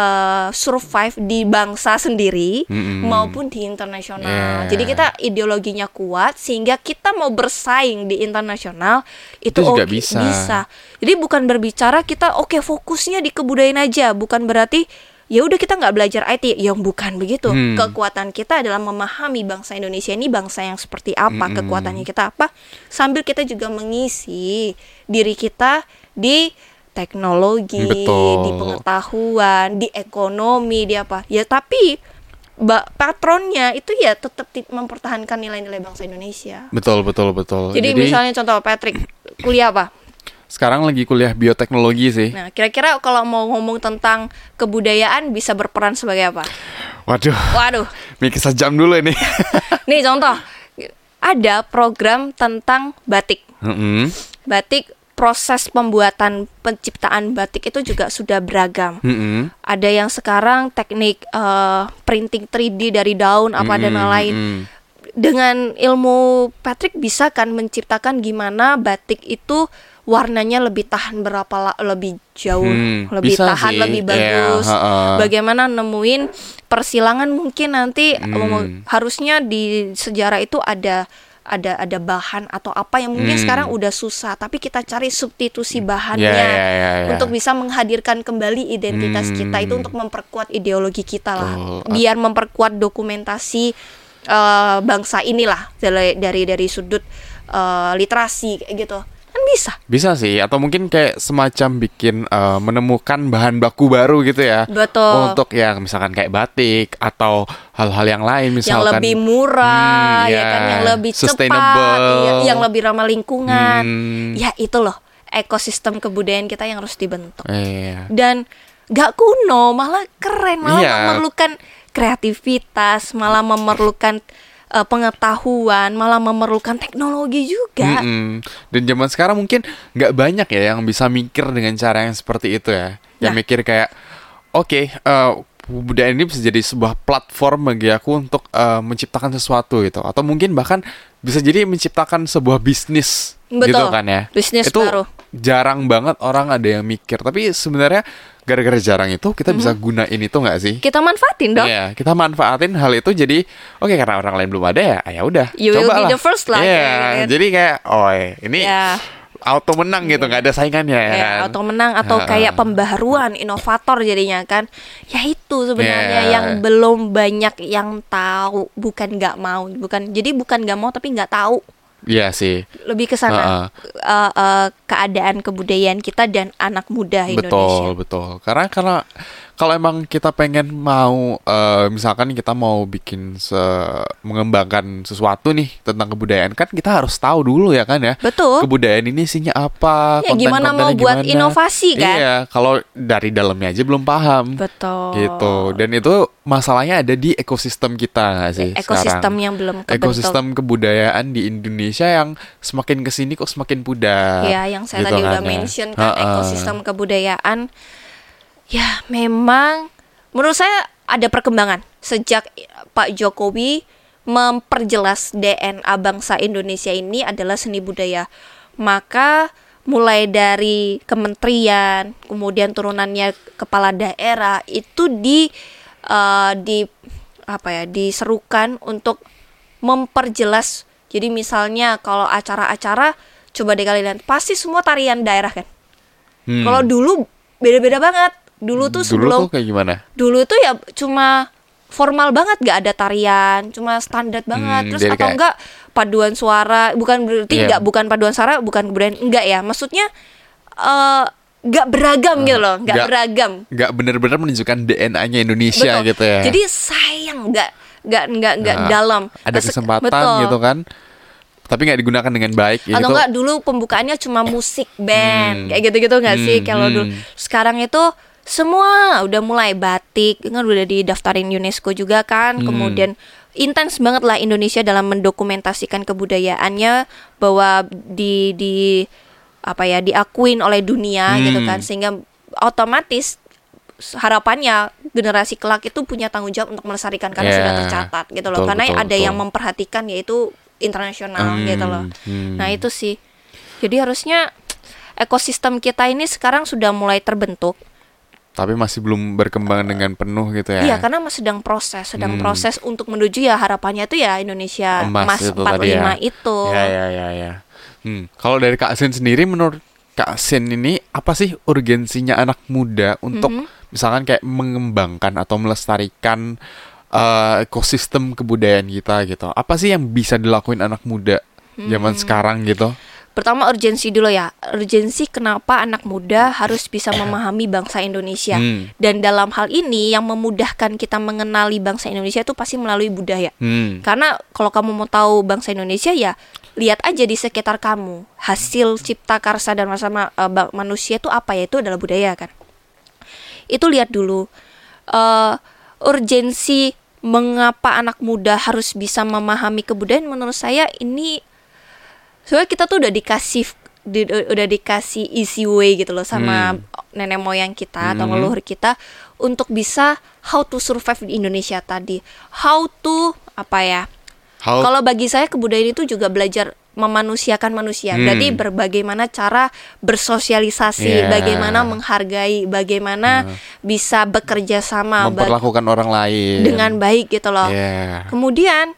survive di bangsa sendiri maupun di internasional. Jadi kita ideologinya kuat sehingga kita mau bersaing di internasional itu
juga
oke,
bisa.
Jadi bukan berbicara kita fokusnya di kebudayaan aja, bukan berarti ya udah kita nggak belajar IT, yang bukan begitu. Kekuatan kita adalah memahami bangsa Indonesia ini bangsa yang seperti apa, kekuatannya kita apa, sambil kita juga mengisi diri kita di teknologi,
Betul.
di pengetahuan, di ekonomi, di apa. Ya tapi patronnya itu ya tetap mempertahankan nilai-nilai bangsa Indonesia.
Betul.
Jadi misalnya contoh Patrick kuliah apa?
Sekarang lagi kuliah bioteknologi sih.
Nah, kira-kira kalau mau ngomong tentang kebudayaan bisa berperan sebagai apa?
Waduh. Mikir sejam dulu ini.
Nih contoh, ada program tentang batik. Batik, proses pembuatan penciptaan batik itu juga sudah beragam. Ada yang sekarang teknik printing 3D dari daun apa dan lain. Dengan ilmu Patrick bisa kan menciptakan gimana batik itu warnanya lebih tahan lebih jauh, lebih tahan, sih. Lebih bagus. Bagaimana nemuin persilangan mungkin nanti harusnya di sejarah itu ada bahan atau apa yang mungkin sekarang udah susah, tapi kita cari substitusi bahannya untuk bisa menghadirkan kembali identitas kita itu untuk memperkuat ideologi kita lah, biar memperkuat dokumentasi bangsa inilah dari sudut literasi kayak gitu. Bisa
sih, atau mungkin kayak semacam bikin menemukan bahan baku baru gitu ya.
Betul.
Untuk ya misalkan kayak batik atau hal-hal yang lain misalkan
yang lebih murah ya kan, yang lebih cepat, yang lebih ramah lingkungan. Ya itu loh ekosistem kebudayaan kita yang harus dibentuk. Dan gak kuno, malah keren, malah memerlukan kreativitas, malah memerlukan pengetahuan, malah memerlukan teknologi juga.
Dan zaman sekarang mungkin nggak banyak ya yang bisa mikir dengan cara yang seperti itu ya. Yang mikir kayak budaya ini bisa jadi sebuah platform bagi aku untuk menciptakan sesuatu gitu. Atau mungkin bahkan bisa jadi menciptakan sebuah bisnis.
Betul,
gitu kan ya.
Bisnis
itu
baru.
Jarang banget orang ada yang mikir. Tapi sebenarnya gara-gara jarang itu kita bisa gunain itu nggak sih?
Kita manfaatin dong.
Iya, kita manfaatin hal itu jadi karena orang lain belum ada ya udah.
You will be the first lah.
Iya, jadi kayak ini auto menang gitu, nggak ada saingannya ya kan?
Auto menang atau kayak pembaharuan, inovator jadinya kan. Ya itu sebenarnya yang belum banyak yang tahu, bukan nggak mau, bukan nggak mau tapi nggak tahu.
Iya sih.
Lebih ke sana keadaan kebudayaan kita dan anak muda Indonesia.
Betul. Karena kalau emang kita pengen mau misalkan kita mau bikin mengembangkan sesuatu nih tentang kebudayaan, kan kita harus tahu dulu ya kan ya.
Betul.
Kebudayaan ini isinya apa,
ya, gimana mau buat inovasi kan.
Iya, kalau dari dalamnya aja belum paham.
Betul.
Gitu. Dan itu masalahnya ada di ekosistem kita nggak sih
ekosistem
sekarang?
Yang belum kebentuk.
Ekosistem kebudayaan di Indonesia yang semakin kesini kok semakin pudar.
Ya, yang saya
gitu
tadi udah mention kan ekosistem kebudayaan. Ya, memang menurut saya ada perkembangan sejak Pak Jokowi memperjelas DNA bangsa Indonesia ini adalah seni budaya. Maka mulai dari kementerian, kemudian turunannya kepala daerah itu diserukan untuk memperjelas. Jadi misalnya kalau acara-acara, coba deh kalian lihat, pasti semua tarian daerah kan. Kalau dulu beda-beda banget. Dulu tuh
Dulu tuh kayak gimana?
dulu tuh ya cuma formal banget, gak ada tarian, cuma standar banget. Terus
jadi
atau
kayak-
enggak paduan suara, bukan berarti
Iya.
enggak, bukan paduan suara, bukan kebudayaan, enggak ya. Maksudnya enggak beragam gitu loh, enggak beragam.
Nggak bener-bener menunjukkan DNA-nya Indonesia
Betul.
gitu ya.
Jadi sayang enggak
Nah,
dalam.
ada kesempatan
Betul.
gitu kan, tapi nggak digunakan dengan baik
Atau
gitu.
enggak dulu pembukaannya cuma musik band kayak gitu-gitu nggak sih kalau dulu. Sekarang itu semua udah mulai batik kan udah didaftarin UNESCO juga kan. Kemudian intens banget lah Indonesia dalam mendokumentasikan kebudayaannya bahwa di apa ya diakuin oleh dunia gitu kan, sehingga otomatis harapannya generasi kelak itu punya tanggung jawab untuk melestarikan karena
Yeah.
sudah tercatat gitu loh.
Betul,
Karena
betul,
ada
betul.
yang memperhatikan yaitu internasional gitu loh. Nah, itu sih. Jadi harusnya ekosistem kita ini sekarang sudah mulai terbentuk.
Tapi masih belum berkembang dengan penuh gitu ya.
Iya, karena masih sedang proses untuk menuju ya harapannya itu ya Indonesia Emas
itu
45
tadi ya.
itu.
Ya. Kalau dari Kak Sin sendiri, menurut Kak Sin ini apa sih urgensinya anak muda untuk misalkan kayak mengembangkan atau melestarikan ekosistem kebudayaan kita gitu? Apa sih yang bisa dilakuin anak muda zaman sekarang gitu?
Pertama urgensi dulu ya. Urgensi kenapa anak muda harus bisa memahami bangsa Indonesia. Dan dalam hal ini yang memudahkan kita mengenali bangsa Indonesia itu pasti melalui budaya. Karena kalau kamu mau tahu bangsa Indonesia ya lihat aja di sekitar kamu. Hasil cipta karsa dan manusia itu apa ya? Itu adalah budaya kan. Itu lihat dulu. Urgensi mengapa anak muda harus bisa memahami kebudayaan menurut saya ini soalnya kita tuh udah dikasih easy way gitu loh sama nenek moyang kita atau leluhur kita untuk bisa how to survive di Indonesia tadi. How to apa ya? Kalau bagi saya kebudayaan itu juga belajar memanusiakan manusia. Berarti bagaimana cara bersosialisasi, bagaimana menghargai, bagaimana bisa bekerja sama,
memperlakukan orang lain
dengan baik gitu loh. Kemudian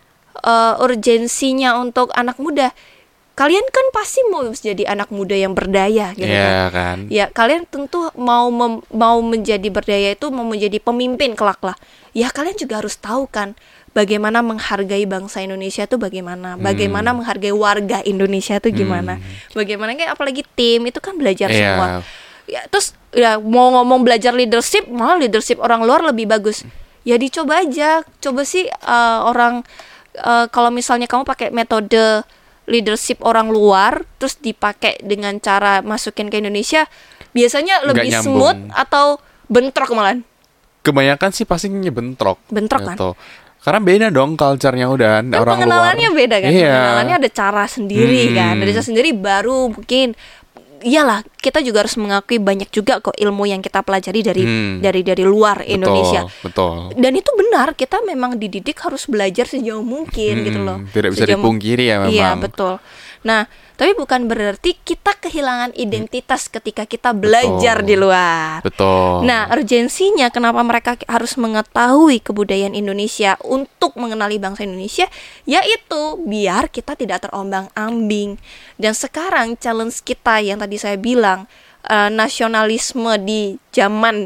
urgensinya untuk anak muda. Kalian kan pasti mau jadi anak muda yang berdaya gitu
kan.
Ya, kalian tentu mau menjadi berdaya itu mau menjadi pemimpin kelak lah. Ya, kalian juga harus tahu kan bagaimana menghargai bangsa Indonesia itu bagaimana, bagaimana menghargai warga Indonesia itu gimana. Bagaimana kayak apalagi tim itu kan belajar semua. Ya, terus ya mau ngomong belajar leadership, malah leadership orang luar lebih bagus. Ya dicoba aja. Coba sih orang kalau misalnya kamu pakai metode leadership orang luar terus dipakai dengan cara masukin ke Indonesia biasanya lebih smooth atau bentrok malahan?
Kebanyakan sih pastinya bentrok
kan?
Karena beda dong culture-nya udah
kan
orang luar.
pengenalannya beda kan? Pengenalannya ada cara sendiri kan. Ada cara sendiri baru mungkin iyalah kita juga harus mengakui banyak juga kok ilmu yang kita pelajari dari luar Indonesia.
Betul.
Dan itu benar, kita memang dididik harus belajar sejauh mungkin gitu loh.
Tidak bisa dipungkiri ya memang.
Iya, betul. Nah, tapi bukan berarti kita kehilangan identitas ketika kita belajar di luar.
Betul.
Nah, urgensinya kenapa mereka harus mengetahui kebudayaan Indonesia untuk mengenali bangsa Indonesia, yaitu biar kita tidak terombang-ambing. Dan sekarang challenge kita yang tadi saya bilang, nasionalisme di zaman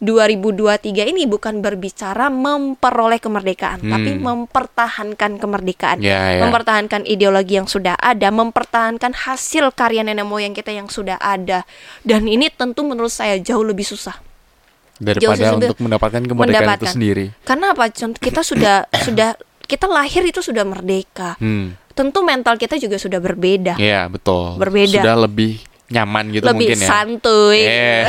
2023 ini bukan berbicara memperoleh kemerdekaan, tapi mempertahankan kemerdekaan, mempertahankan ideologi yang sudah ada, mempertahankan hasil karya nenek moyang kita yang sudah ada. Dan ini tentu menurut saya jauh lebih susah
daripada untuk mendapatkan kemerdekaan itu sendiri.
Karena apa? Kita sudah kita lahir itu sudah merdeka. Tentu mental kita juga sudah berbeda.
Iya, betul.
Berbeda.
Sudah lebih nyaman gitu
lebih
mungkin ya.
Santuy.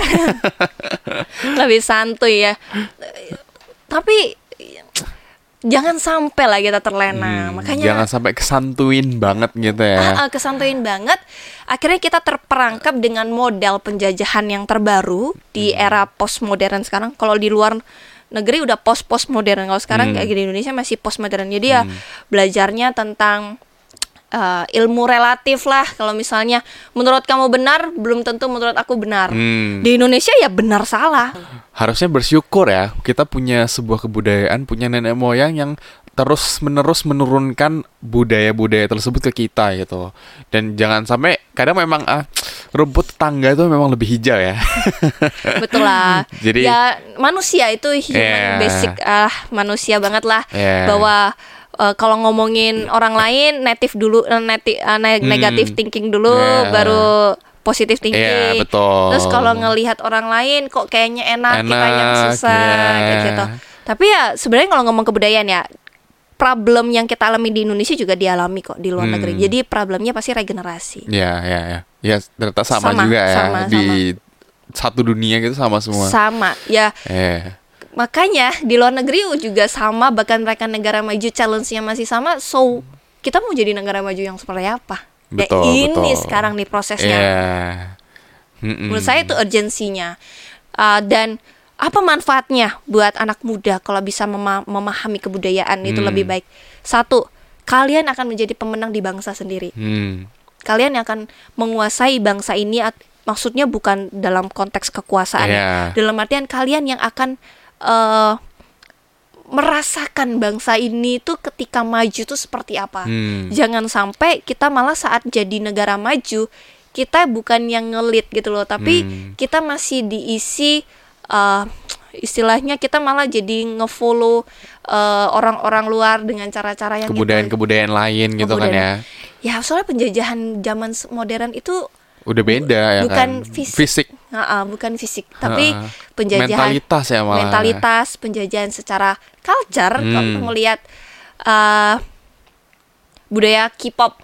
Lebih santuy ya. Tapi jangan sampai lah kita terlena. Makanya
jangan sampai kesantuin banget gitu ya.
Kesantuin banget. Akhirnya kita terperangkap dengan model penjajahan yang terbaru di era postmodern sekarang. Kalau di luar negeri udah post-modern. Kalau sekarang kayak di Indonesia masih postmodern. Jadi ya belajarnya tentang ilmu relatif lah. Kalau misalnya menurut kamu benar, belum tentu menurut aku benar. Di Indonesia ya benar salah.
Harusnya bersyukur ya, kita punya sebuah kebudayaan, punya nenek moyang yang terus-menerus menurunkan budaya-budaya tersebut ke kita gitu. Dan jangan sampai, kadang memang rumput tetangga itu memang lebih hijau ya.
Betul lah.
Jadi
ya manusia itu human basic manusia banget lah. Bahwa kalau ngomongin orang lain native dulu, negative thinking dulu, baru positive thinking.
Betul.
Terus kalau ngelihat orang lain kok kayaknya enak kita yang susah kayak gitu. Tapi ya sebenarnya kalau ngomong kebudayaan ya, problem yang kita alami di Indonesia juga dialami kok di luar negeri. Jadi problemnya pasti regenerasi.
Ya, ternyata sama juga ya. Di satu dunia gitu sama semua.
Sama, ya. Makanya di luar negeri juga sama, bahkan mereka negara maju challenge-nya masih sama. So, kita mau jadi negara maju yang seperti apa? Betul. Sekarang nih prosesnya. Menurut saya itu urgensinya. Dan apa manfaatnya buat anak muda kalau bisa memahami kebudayaan itu lebih baik? Satu, kalian akan menjadi pemenang di bangsa sendiri. Kalian akan menguasai bangsa ini, maksudnya bukan dalam konteks kekuasaan. Dalam artian kalian yang akan merasakan bangsa ini tuh ketika maju tuh seperti apa. Jangan sampai kita malah saat jadi negara maju, kita bukan yang ngelit gitu loh, tapi kita masih diisi istilahnya kita malah jadi ngefollow orang-orang luar dengan cara-cara yang
kebudayaan lain gitu kan ya.
Ya soalnya penjajahan zaman modern itu
udah beda ya
bukan
kan.
Fisik. Bukan fisik, tapi penjajahan
mentalitas ya malah.
Mentalitas, penjajahan secara culture. Kalau melihat budaya K-pop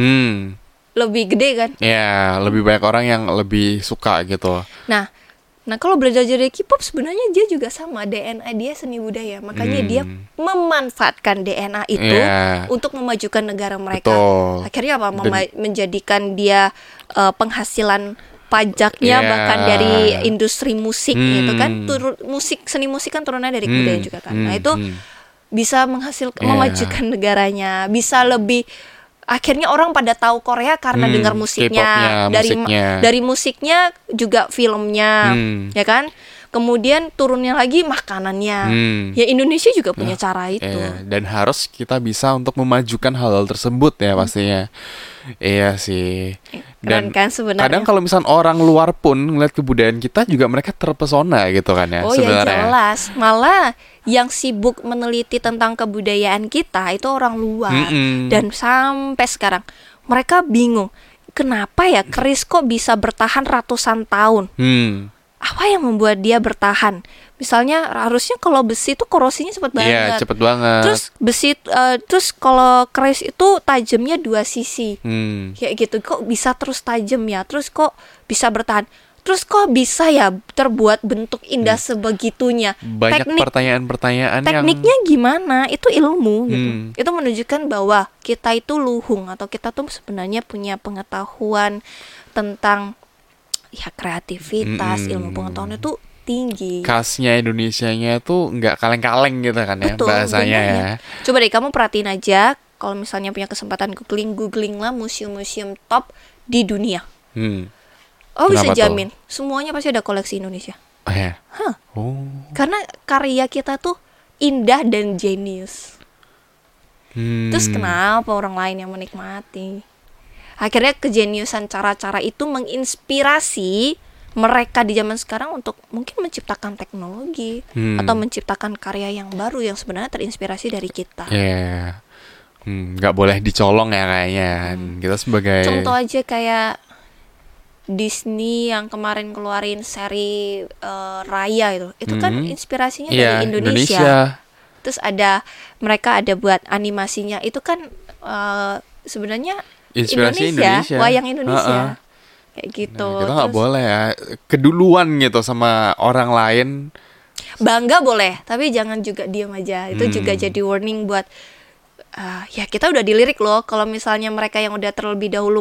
lebih gede kan?
Ya, lebih banyak orang yang lebih suka gitu.
Nah kalau belajar dari K-pop sebenarnya dia juga sama, DNA dia seni budaya. Makanya dia memanfaatkan DNA itu untuk memajukan negara mereka.
Betul.
Akhirnya apa? Menjadikan dia penghasilan pajaknya bahkan dari industri musik gitu kan. Seni musik kan turunnya dari kebudayaan juga kan. Nah itu bisa memajukan negaranya, bisa lebih. Akhirnya orang pada tahu Korea karena dengar musiknya, dari musiknya juga filmnya, ya kan. Kemudian turunnya lagi makanannya. Ya Indonesia juga punya cara itu.
Dan harus kita bisa untuk memajukan hal-hal tersebut ya pastinya. Iya sih. Dan
kan sebenarnya.
Kadang kalau misalnya orang luar pun ngeliat kebudayaan kita juga mereka terpesona gitu kan ya.
Oh sebenarnya. Ya jelas. Malah yang sibuk meneliti tentang kebudayaan kita itu orang luar. Dan sampai sekarang mereka bingung. Kenapa ya keris kok bisa bertahan ratusan tahun? Apa yang membuat dia bertahan? Misalnya harusnya kalau besi itu korosinya cepat banget.
Iya, cepat banget.
Terus besi, terus kalau keris itu tajamnya 2 sisi. Kayak gitu. Kok bisa terus tajam ya? Terus kok bisa bertahan? Terus kok bisa ya terbuat bentuk indah sebegitunya?
Banyak pertanyaan-pertanyaan
tekniknya gimana? Itu ilmu gitu. Itu menunjukkan bahwa kita itu luhung atau kita tuh sebenarnya punya pengetahuan tentang ya kreativitas, ilmu pengetahuan itu tinggi.
Khasnya Indonesianya tuh nggak kaleng-kaleng gitu kan ya. Betul, bahasanya benernya. Ya.
Coba deh kamu perhatiin aja, kalau misalnya punya kesempatan googling lah museum-museum top di dunia. Oh bisa jamin, semuanya pasti ada koleksi Indonesia. Karena karya kita tuh indah dan jenius. Terus kenapa orang lain yang menikmati? Akhirnya kejeniusan cara-cara itu menginspirasi mereka di zaman sekarang untuk mungkin menciptakan teknologi atau menciptakan karya yang baru yang sebenarnya terinspirasi dari kita.
Nggak boleh dicolong ya kayaknya. Kita sebagai
contoh aja kayak Disney yang kemarin keluarin seri Raya itu kan inspirasinya dari Indonesia. Terus mereka ada buat animasinya itu kan sebenarnya Indonesia, wayang Indonesia. Kayak gitu.
Nah, kita nggak boleh ya keduluan gitu sama orang lain.
Bangga boleh, tapi jangan juga diam aja. Itu juga jadi warning buat ya kita udah dilirik loh. Kalau misalnya mereka yang udah terlebih dahulu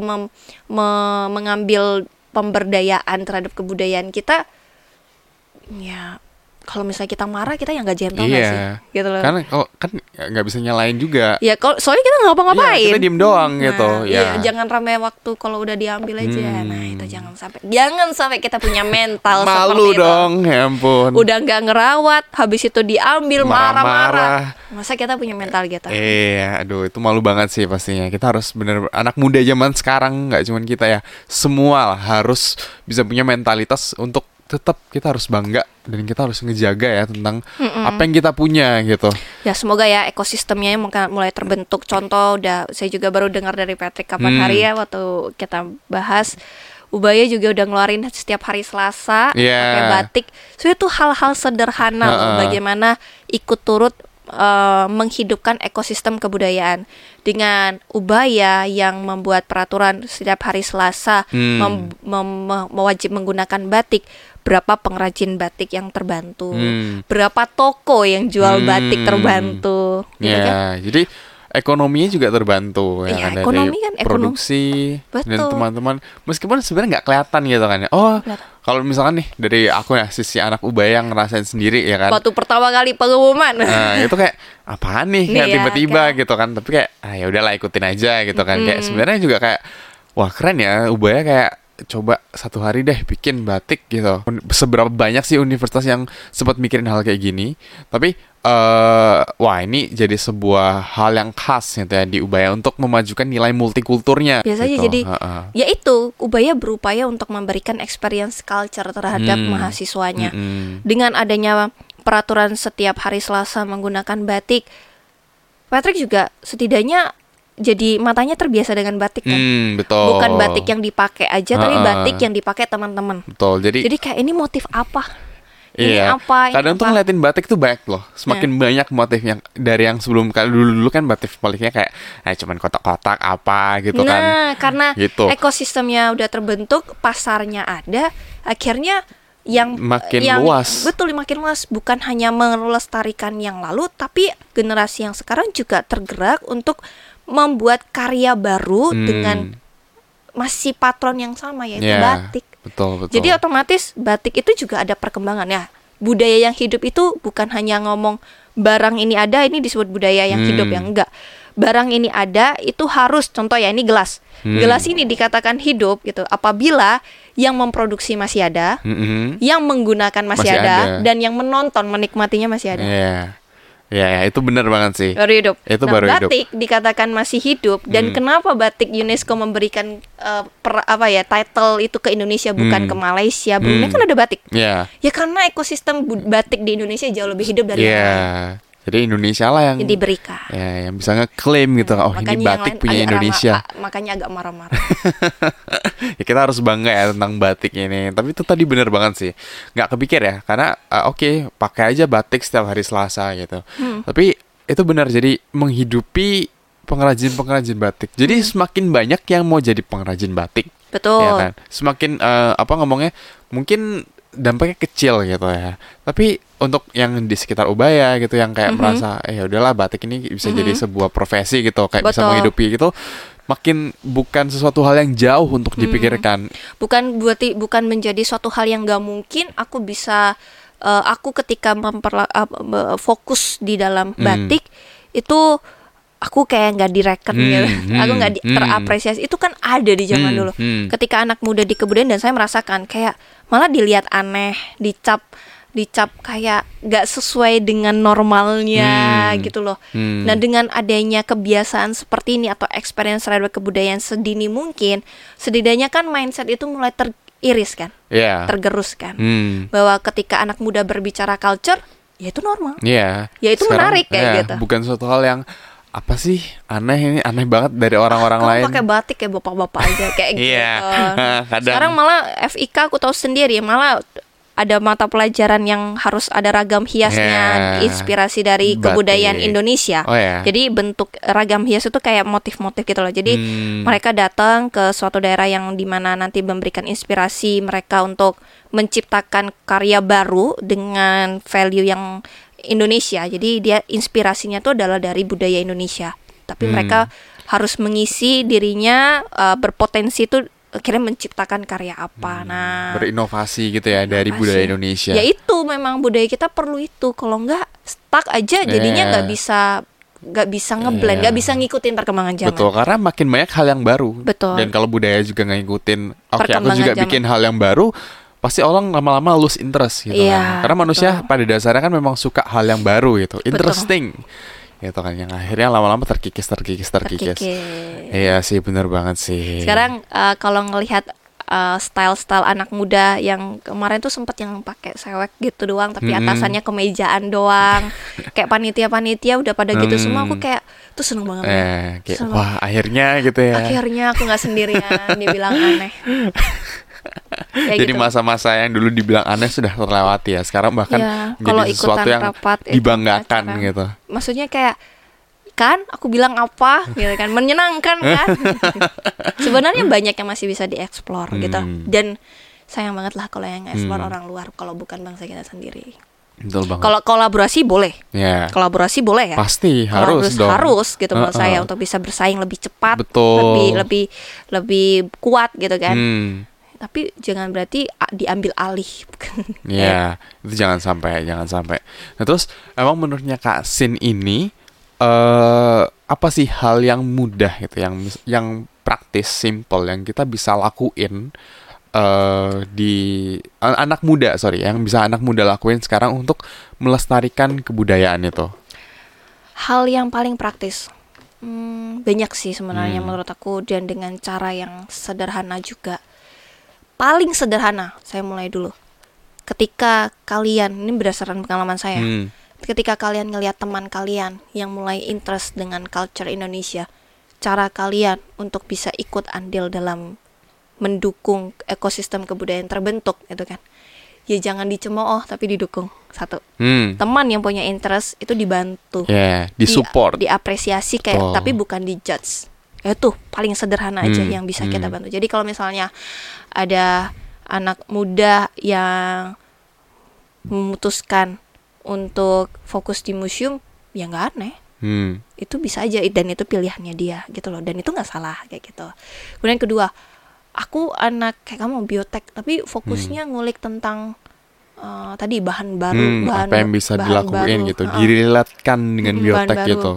mengambil pemberdayaan terhadap kebudayaan kita, ya kalau misalnya kita marah, kita yang nggak gentle nggak sih, gitu loh.
Karena kalau kan nggak bisa nyalain juga.
Ya kalau soalnya kita nggak ngapa-ngapain.
Iya, kita diem doang gitu.
Iya, jangan rame waktu kalau udah diambil aja. Nah itu jangan sampai kita punya mental
malu
seperti
dong,
itu.
ya ampun.
Udah nggak ngerawat, habis itu diambil marah-marah. Masa kita punya mental gitu?
Iya, aduh itu malu banget sih pastinya. Kita harus bener anak muda zaman sekarang, nggak cuma kita ya, semua lah harus bisa punya mentalitas untuk tetap kita harus bangga dan kita harus ngejaga ya tentang apa yang kita punya gitu.
Ya semoga ya ekosistemnya mulai terbentuk. Contoh saya juga baru dengar dari Patrick kapan hari ya waktu kita bahas Ubaya juga udah ngeluarin setiap hari Selasa pakai batik. So itu hal-hal sederhana loh, bagaimana ikut turut menghidupkan ekosistem kebudayaan dengan Ubaya yang membuat peraturan setiap hari Selasa mewajib menggunakan batik. Berapa pengrajin batik yang terbantu, berapa toko yang jual batik terbantu, gitu kan?
Jadi ekonominya juga terbantu ya kan,
ekonomi
dari
kan,
produksi
betul.
Dan teman-teman meskipun sebenarnya nggak kelihatan gitu kan ya. Kalau misalkan nih dari aku ya sisi anak Ubaya yang ngerasain sendiri ya kan.
Waktu pertama kali pengumuman.
Nah, itu kayak apaan nih kayak tiba-tiba kan? Gitu kan. Tapi kayak ya udahlah ikutin aja gitu kan. Kayak sebenarnya juga kayak wah keren ya Ubaya kayak coba satu hari deh bikin batik gitu. Seberapa banyak sih universitas yang sempat mikirin hal kayak gini. Tapi wah ini jadi sebuah hal yang khas gitu ya di Ubaya untuk memajukan nilai multikulturnya.
Biasanya
gitu.
jadi ya itu Ubaya berupaya untuk memberikan experience culture terhadap mahasiswanya. Dengan adanya peraturan setiap hari Selasa menggunakan batik, Patrick juga setidaknya jadi matanya terbiasa dengan batik kan.
Betul.
Bukan batik yang dipakai aja, tapi batik yang dipakai teman-teman.
Betul. Jadi
kayak ini motif apa?
Iya. Kadang tuh ngeliatin batik tuh banyak loh. Semakin banyak motif yang dari yang sebelum dulu kan batik motifnya kayak cuman kotak-kotak apa gitu kan.
Nah, karena
gitu.
Ekosistemnya udah terbentuk, pasarnya ada, akhirnya yang
luas.
Betul, makin luas. Bukan hanya melestarikan yang lalu, tapi generasi yang sekarang juga tergerak untuk membuat karya baru dengan masih patron yang sama yaitu batik.
Betul.
Jadi otomatis batik itu juga ada perkembangan ya. Budaya yang hidup itu bukan hanya ngomong barang ini ada, ini disebut budaya yang hidup, yang enggak. Barang ini ada itu harus, contoh ya ini gelas. Gelas ini dikatakan hidup gitu apabila yang memproduksi masih ada, yang menggunakan masih ada, dan yang menonton menikmatinya masih ada.
Ya, itu benar banget sih.
Baru hidup.
Itu baru hidup.
Batik dikatakan masih hidup dan kenapa batik UNESCO memberikan title itu ke Indonesia bukan ke Malaysia, Brunei kan ada batik. Ya karena ekosistem batik di Indonesia jauh lebih hidup dari yang lain.
Jadi Indonesia lah yang
diberikan.
Ya, yang bisa ngeklaim gitu. Ini batik punya Indonesia.
Makanya agak marah-marah.
Ya kita harus bangga ya tentang batik ini. Tapi itu tadi benar banget sih. Nggak kepikir ya. Karena pakai aja batik setiap hari Selasa gitu. Tapi itu benar. Jadi menghidupi pengrajin-pengrajin batik. Jadi semakin banyak yang mau jadi pengrajin batik.
Betul.
Ya kan? Semakin mungkin dampaknya kecil gitu ya. Tapi untuk yang di sekitar Ubaya gitu yang kayak merasa ya udahlah batik ini bisa jadi sebuah profesi gitu, kayak bisa menghidupi gitu, makin bukan sesuatu hal yang jauh untuk dipikirkan.
Bukan menjadi suatu hal yang gak mungkin aku bisa aku ketika fokus di dalam batik itu aku kayak nggak direken gitu, aku nggak terapresiasi. Itu kan ada di zaman dulu. Ketika anak muda di kebudayaan dan saya merasakan kayak malah dilihat aneh, dicap kayak nggak sesuai dengan normalnya gitu loh. Nah dengan adanya kebiasaan seperti ini atau experience terhadap kebudayaan sedini mungkin, setidaknya kan mindset itu mulai teriris kan, tergerus kan, bahwa ketika anak muda berbicara culture, ya itu normal, ya itu sekarang, menarik kayak gitu.
Bukan suatu hal yang apa sih aneh banget dari orang-orang lain.
Pakai batik kayak bapak-bapak aja kayak gitu.
Kadang.
Sekarang malah FIK aku tahu sendiri malah ada mata pelajaran yang harus ada ragam hiasnya, inspirasi dari kebudayaan Indonesia. Jadi bentuk ragam hias itu kayak motif-motif gitu loh. Jadi mereka datang ke suatu daerah yang dimana nanti memberikan inspirasi mereka untuk menciptakan karya baru dengan value yang Indonesia. Jadi dia inspirasinya tuh adalah dari budaya Indonesia. Tapi mereka harus mengisi dirinya berpotensi tuh akhirnya menciptakan karya apa. Nah,
berinovasi gitu ya dari budaya Indonesia.
Ya itu memang budaya kita perlu itu. Kalau nggak stuck aja jadinya nggak bisa ngeblend, nggak bisa ngikutin perkembangan zaman.
Betul, karena makin banyak hal yang baru.
Betul.
Dan kalau budaya juga nggak ngikutin, oke, aku
Perkembangan
juga
zaman.
bikin hal yang baru, pasti orang lama-lama lose interest gitu kan. Karena manusia pada dasarnya kan memang suka hal yang baru gitu, interesting. Gitu kan, yang akhirnya lama-lama terkikis. Iya sih, benar banget sih.
Sekarang kalau ngelihat style-style anak muda yang kemarin tuh sempet yang pakai sewek gitu doang, tapi atasannya kemejaan doang, kayak panitia udah pada gitu semua, aku kayak tuh seneng banget.
Kayak wah, akhirnya gitu ya.
Akhirnya aku nggak sendirian, dia bilang aneh.
Jadi
gitu.
masa-masa yang dulu dibilang aneh sudah terlewati ya. Sekarang bahkan menjadi sesuatu yang
rapat,
dibanggakan gitu.
Maksudnya kayak kan aku bilang apa gitu kan, menyenangkan kan. Sebenarnya banyak yang masih bisa dieksplor gitu. Dan sayang banget lah kalau yang eksplor orang luar kalau bukan bangsa kita sendiri.
Betul banget.
Kalau kolaborasi boleh. Kolaborasi boleh ya.
Pasti harus dong.
Harus gitu menurut saya untuk bisa bersaing lebih cepat,
betul.
lebih kuat gitu kan. Tapi jangan berarti diambil alih.
Itu jangan sampai. Nah, terus emang menurutnya Kak Sin ini apa sih hal yang mudah gitu, yang praktis, simple, yang kita bisa lakuin di yang bisa anak muda lakuin sekarang untuk melestarikan kebudayaan itu?
Hal yang paling praktis, banyak sih sebenarnya menurut aku, dan dengan cara yang sederhana juga. Paling sederhana, saya mulai dulu. Ketika kalian, ini berdasarkan pengalaman saya, ketika kalian ngelihat teman kalian yang mulai interest dengan culture Indonesia, cara kalian untuk bisa ikut andil dalam mendukung ekosistem kebudayaan terbentuk gitu kan, ya jangan dicemooh tapi didukung. Satu, teman yang punya interest itu dibantu,
disupport,
diapresiasi kayak, tapi bukan dijudge. Itu paling sederhana aja yang bisa kita bantu. Jadi kalau misalnya ada anak muda yang memutuskan untuk fokus di museum, ya nggak aneh. Itu bisa aja, dan itu pilihannya dia gitu loh, dan itu nggak salah kayak gitu. Kemudian kedua, aku anak kayak kamu biotek, tapi fokusnya ngulik tentang tadi bahan baru,
apa yang bisa dilakuin baru, gitu, diriletkan dengan biotek gitu.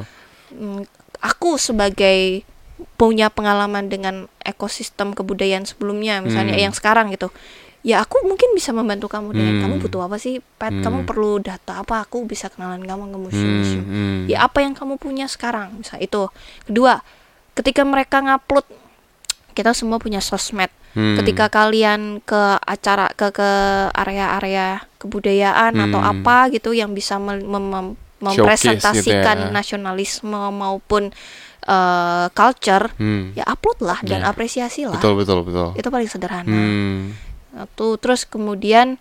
Aku sebagai punya pengalaman dengan ekosistem kebudayaan sebelumnya, misalnya yang sekarang gitu, ya aku mungkin bisa membantu kamu dengan kamu butuh apa sih, Pat? Kamu perlu data apa? Aku bisa kenalan kamu ke museum. Ya apa yang kamu punya sekarang, misal itu. Kedua, ketika mereka ngupload, kita semua punya sosmed. Ketika kalian ke acara, ke area-area kebudayaan atau apa gitu yang bisa mempresentasikan nasionalisme maupun culture, ya upload lah dan apresiasi lah.
Betul.
Itu paling sederhana. Terus kemudian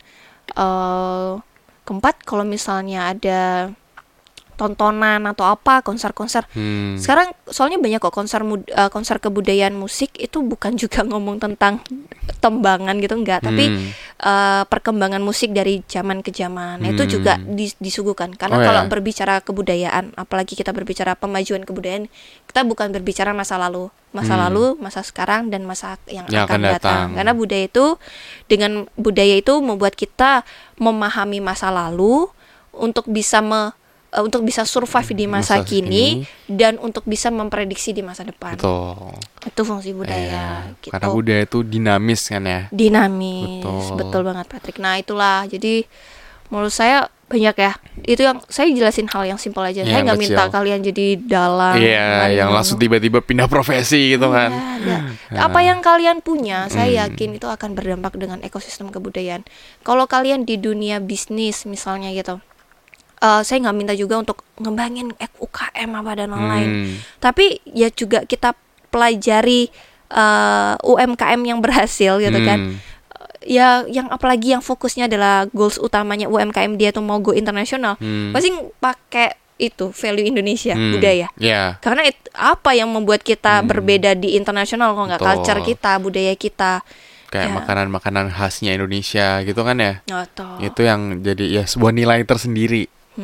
keempat, kalau misalnya ada tontonan atau apa, konser-konser. Sekarang soalnya banyak kok konser kebudayaan musik itu bukan juga ngomong tentang tembangan gitu, enggak, tapi perkembangan musik dari zaman ke zaman. Itu juga disuguhkan. Karena kalau berbicara kebudayaan, apalagi kita berbicara pemajuan kebudayaan, kita bukan berbicara masa lalu, masa sekarang, dan masa yang akan datang. Karena dengan budaya itu membuat kita memahami masa lalu untuk bisa survive di masa kini dan untuk bisa memprediksi di masa depan.
Betul.
Itu fungsi budaya. Gitu.
Karena budaya itu dinamis kan ya.
Dinamis, betul banget Patrick. Nah itulah, jadi menurut saya banyak ya. Itu yang saya jelasin hal yang simpel aja. Saya nggak minta kalian jadi dalang.
Yang langsung tiba-tiba pindah profesi gitu kan.
Apa yang kalian punya, saya yakin itu akan berdampak dengan ekosistem kebudayaan. Kalau kalian di dunia bisnis misalnya gitu, saya nggak minta juga untuk ngembangin UKM apa dan lain-lain. Tapi ya juga kita pelajari UMKM yang berhasil gitu kan. Ya yang apalagi yang fokusnya adalah goals utamanya UMKM dia tuh mau go internasional. Pasti pakai itu value Indonesia, budaya. Karena apa yang membuat kita berbeda di internasional kalau nggak culture kita, budaya kita.
Kayak makanan-makanan khasnya Indonesia gitu kan ya. Itu yang jadi ya sebuah nilai tersendiri.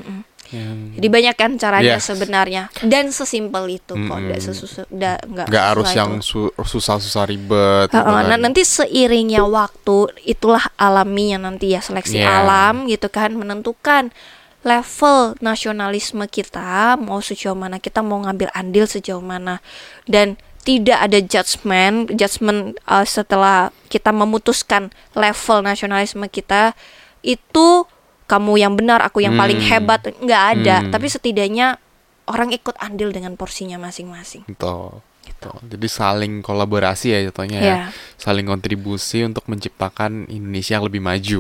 Jadi banyak kan caranya
Yes.
sebenarnya, dan sesimpel itu kok,
Nggak harus yang susah-susah ribet gitu kan.
Nah, nanti seiringnya waktu, itulah alaminya nanti ya, seleksi alam gitu kan, menentukan level nasionalisme kita mau sejauh mana, kita mau ngambil andil sejauh mana. Dan tidak ada judgement setelah kita memutuskan level nasionalisme kita itu kamu yang benar, aku yang paling hebat, nggak ada. Tapi setidaknya orang ikut andil dengan porsinya masing-masing.
Betul. Jadi saling kolaborasi ya jatuhnya ya. Saling kontribusi untuk menciptakan Indonesia yang lebih maju.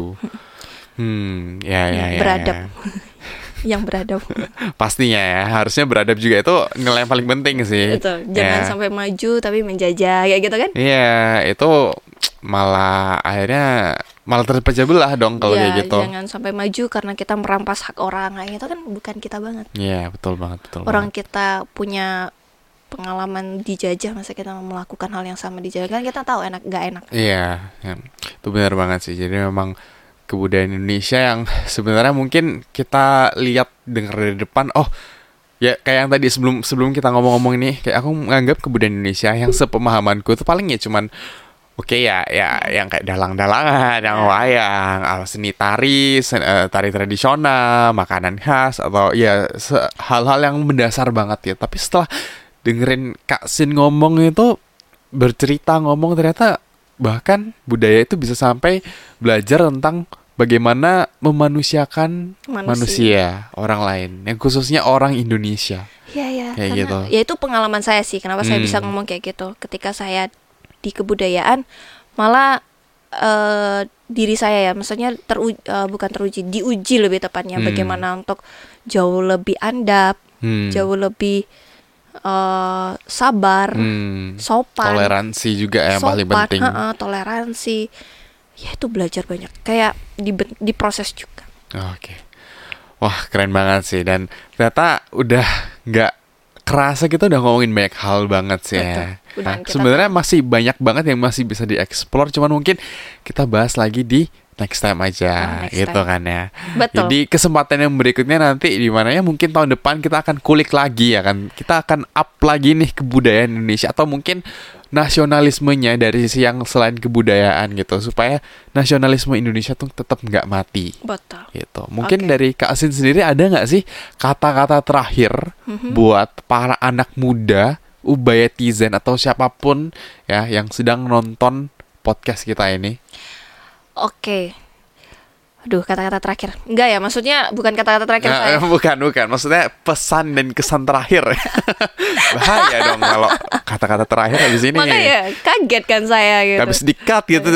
Beradab. Yang beradab.
Pastinya ya, harusnya beradab juga, itu nilai yang paling penting sih.
Itu, jangan sampai maju tapi menjajah kayak gitu kan?
Iya, itu malah akhirnya terpecah belah dong kalau kayak gitu.
Jangan sampai maju karena kita merampas hak orang, kayak gitu kan bukan kita banget.
Iya, betul banget.
Orang kita punya pengalaman dijajah, masa kita melakukan hal yang sama dijajah, kan kita tahu enak nggak enak.
Iya, itu benar banget sih. Jadi memang kebudayaan Indonesia yang sebenarnya mungkin kita lihat dengar dari depan, oh ya kayak yang tadi sebelum kita ngomong-ngomong ini, kayak aku menganggap kebudayaan Indonesia yang sepemahamanku itu paling ya cuman ya yang kayak dalang-dalangan, yang wayang, seni tari tradisional, makanan khas, atau ya hal-hal yang mendasar banget ya. Tapi setelah dengerin Kak Sin ngomong itu, bercerita ngomong, ternyata bahkan budaya itu bisa sampai belajar tentang bagaimana memanusiakan manusia orang lain, yang khususnya orang Indonesia.
Iya,
kayak gitu.
Ya itu pengalaman saya sih, kenapa saya bisa ngomong kayak gitu. Ketika saya di kebudayaan, malah diri saya ya, maksudnya bukan teruji, diuji lebih tepatnya, bagaimana untuk jauh lebih andap, jauh lebih sabar, sopan,
toleransi juga yang paling penting.
Toleransi, ya itu belajar banyak, kayak diproses juga.
Oke. Wah, keren banget sih, dan ternyata udah nggak kerasa kita udah ngomongin banyak hal banget sih ya. Nah, sebenarnya masih banyak banget yang masih bisa dieksplor, cuman mungkin kita bahas lagi di next time aja, kan ya.
Betul.
Jadi kesempatan yang berikutnya nanti di mana ya, mungkin tahun depan kita akan kulik lagi ya kan. Kita akan up lagi nih kebudayaan Indonesia, atau mungkin nasionalismenya dari sisi yang selain kebudayaan gitu, supaya nasionalisme Indonesia tuh tetap nggak mati.
Betul.
Gitu. Mungkin dari Kak Sin sendiri ada nggak sih kata-kata terakhir buat para anak muda, ubayatizen atau siapapun ya yang sedang nonton podcast kita ini?
Oke. Aduh, kata-kata terakhir. Enggak ya, maksudnya bukan kata-kata terakhir saya.
Bukan. Maksudnya pesan dan kesan terakhir. Bahaya dong kalau kata-kata terakhir habis ini.
Makanya kaget kan saya gitu.
Habis di-cut gitu.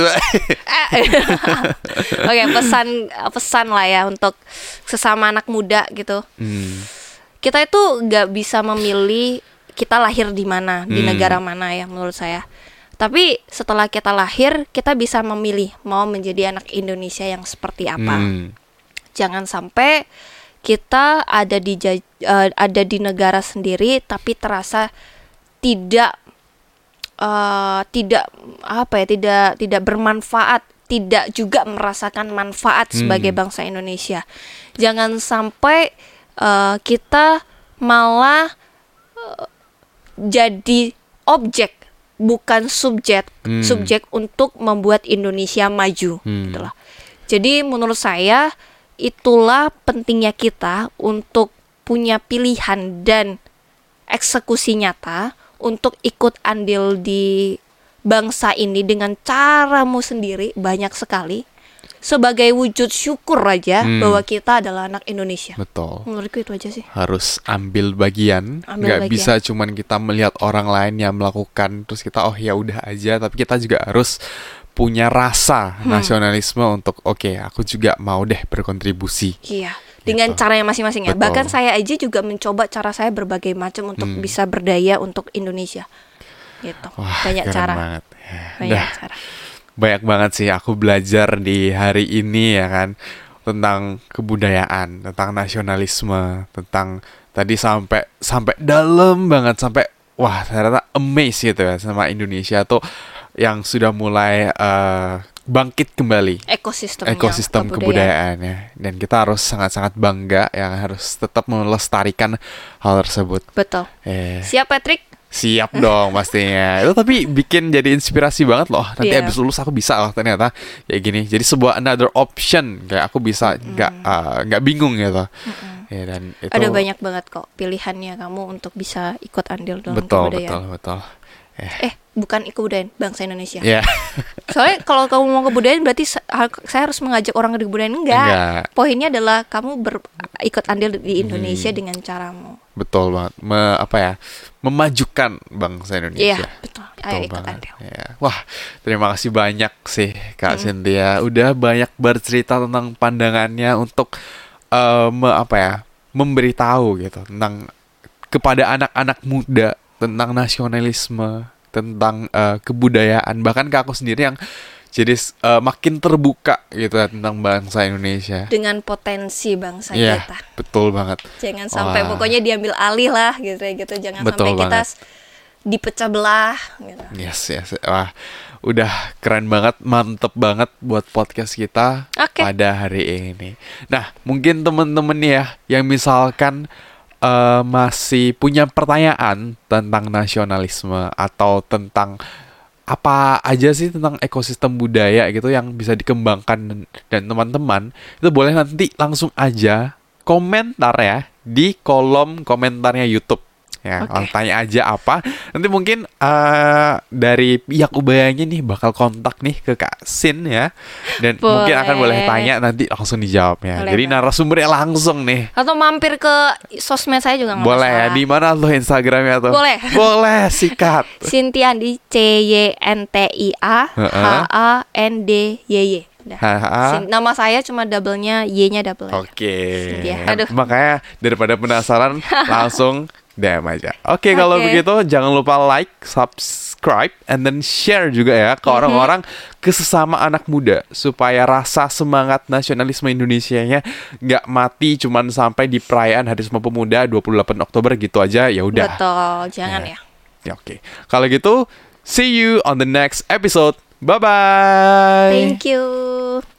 Oke, pesan lah ya untuk sesama anak muda gitu. Kita itu nggak bisa memilih kita lahir di mana, di negara mana ya, menurut saya. Tapi setelah kita lahir, kita bisa memilih mau menjadi anak Indonesia yang seperti apa. Jangan sampai kita ada di negara sendiri tapi terasa tidak bermanfaat, tidak juga merasakan manfaat sebagai bangsa Indonesia. Jangan sampai kita malah jadi objek, bukan subjek untuk membuat Indonesia maju, gitulah. Jadi menurut saya itulah pentingnya kita untuk punya pilihan dan eksekusi nyata untuk ikut andil di bangsa ini dengan caramu sendiri, banyak sekali. Sebagai wujud syukur aja bahwa kita adalah anak Indonesia.
Betul.
Menurutku itu aja sih.
Harus ambil bagian. Nggak bisa cuman kita melihat orang lain yang melakukan terus kita ya udah aja, tapi kita juga harus punya rasa nasionalisme untuk aku juga mau deh berkontribusi.
Iya. Dengan caranya masing-masing ya. Bahkan saya aja juga mencoba cara saya berbagai macam untuk bisa berdaya untuk Indonesia. Gitu.
Wah,
banyak cara.
Banget.
Banyak cara.
Banyak banget sih aku belajar di hari ini ya kan, tentang kebudayaan, tentang nasionalisme, tentang tadi sampai dalam banget, sampai wah ternyata amazed gitu ya sama Indonesia tuh yang sudah mulai bangkit kembali
ekosistem
kebudayaannya, dan kita harus sangat-sangat bangga, yang harus tetap melestarikan hal tersebut.
Betul. Siap Patrick?
Siap dong pastinya. Itu tapi bikin jadi inspirasi banget loh. Nanti abis lulus aku bisa loh ternyata kayak gini. Jadi sebuah another option, kayak aku bisa nggak bingung gitu. Ya, dan itu
ada banyak banget kok pilihannya kamu untuk bisa ikut andil dalam kebudayaan.
Betul.
Bukan kebudayaan bangsa Indonesia.
Yeah.
Soalnya kalau kamu mau kebudayaan berarti saya harus mengajak orang ke kebudayaan. Enggak. Poinnya adalah kamu ikut andil di Indonesia dengan caramu.
Betul banget. Memajukan bangsa Indonesia.
Iya, betul. Ayo ikut andil.
Ya. Wah, terima kasih banyak sih Kak Cynthia. Udah banyak bercerita tentang pandangannya untuk memberitahu gitu tentang kepada anak-anak muda tentang nasionalisme, tentang kebudayaan, bahkan ke aku sendiri yang jadi makin terbuka gitu tentang bangsa Indonesia.
Dengan potensi bangsa kita.
Betul banget.
Jangan sampai pokoknya diambil alih lah gitu. Jangan sampai kita dipecah belah gitu.
Yes. Wah, udah keren banget, mantep banget buat podcast kita pada hari ini. Nah, mungkin temen-temen ya yang misalkan masih punya pertanyaan tentang nasionalisme atau tentang apa aja sih tentang ekosistem budaya gitu yang bisa dikembangkan, dan teman-teman itu boleh nanti langsung aja komentar ya di kolom komentarnya YouTube. Ya, tanya aja apa. Nanti mungkin dari pihak Ubayanya nih bakal kontak nih ke Kak Sin ya. Dan mungkin akan boleh tanya, nanti langsung dijawabnya. Jadi narasumbernya langsung nih.
Atau mampir ke sosmed saya juga nggak masalah.
Boleh ya, di mana tuh Instagramnya tuh? Boleh, sikat.
Cynthia di CYNTIA HANDYY. Nama saya cuma double-nya, Y-nya double.
Makanya daripada penasaran langsung DM aja. Kalau begitu jangan lupa like, subscribe, and then share juga ya ke orang-orang, ke sesama anak muda, supaya rasa semangat nasionalisme Indonesianya nggak mati cuman sampai di perayaan Hari Sumpah Pemuda 28 Oktober gitu aja. Ya udah.
Betul, jangan ya.
Kalau gitu, see you on the next episode. Bye bye.
Thank you.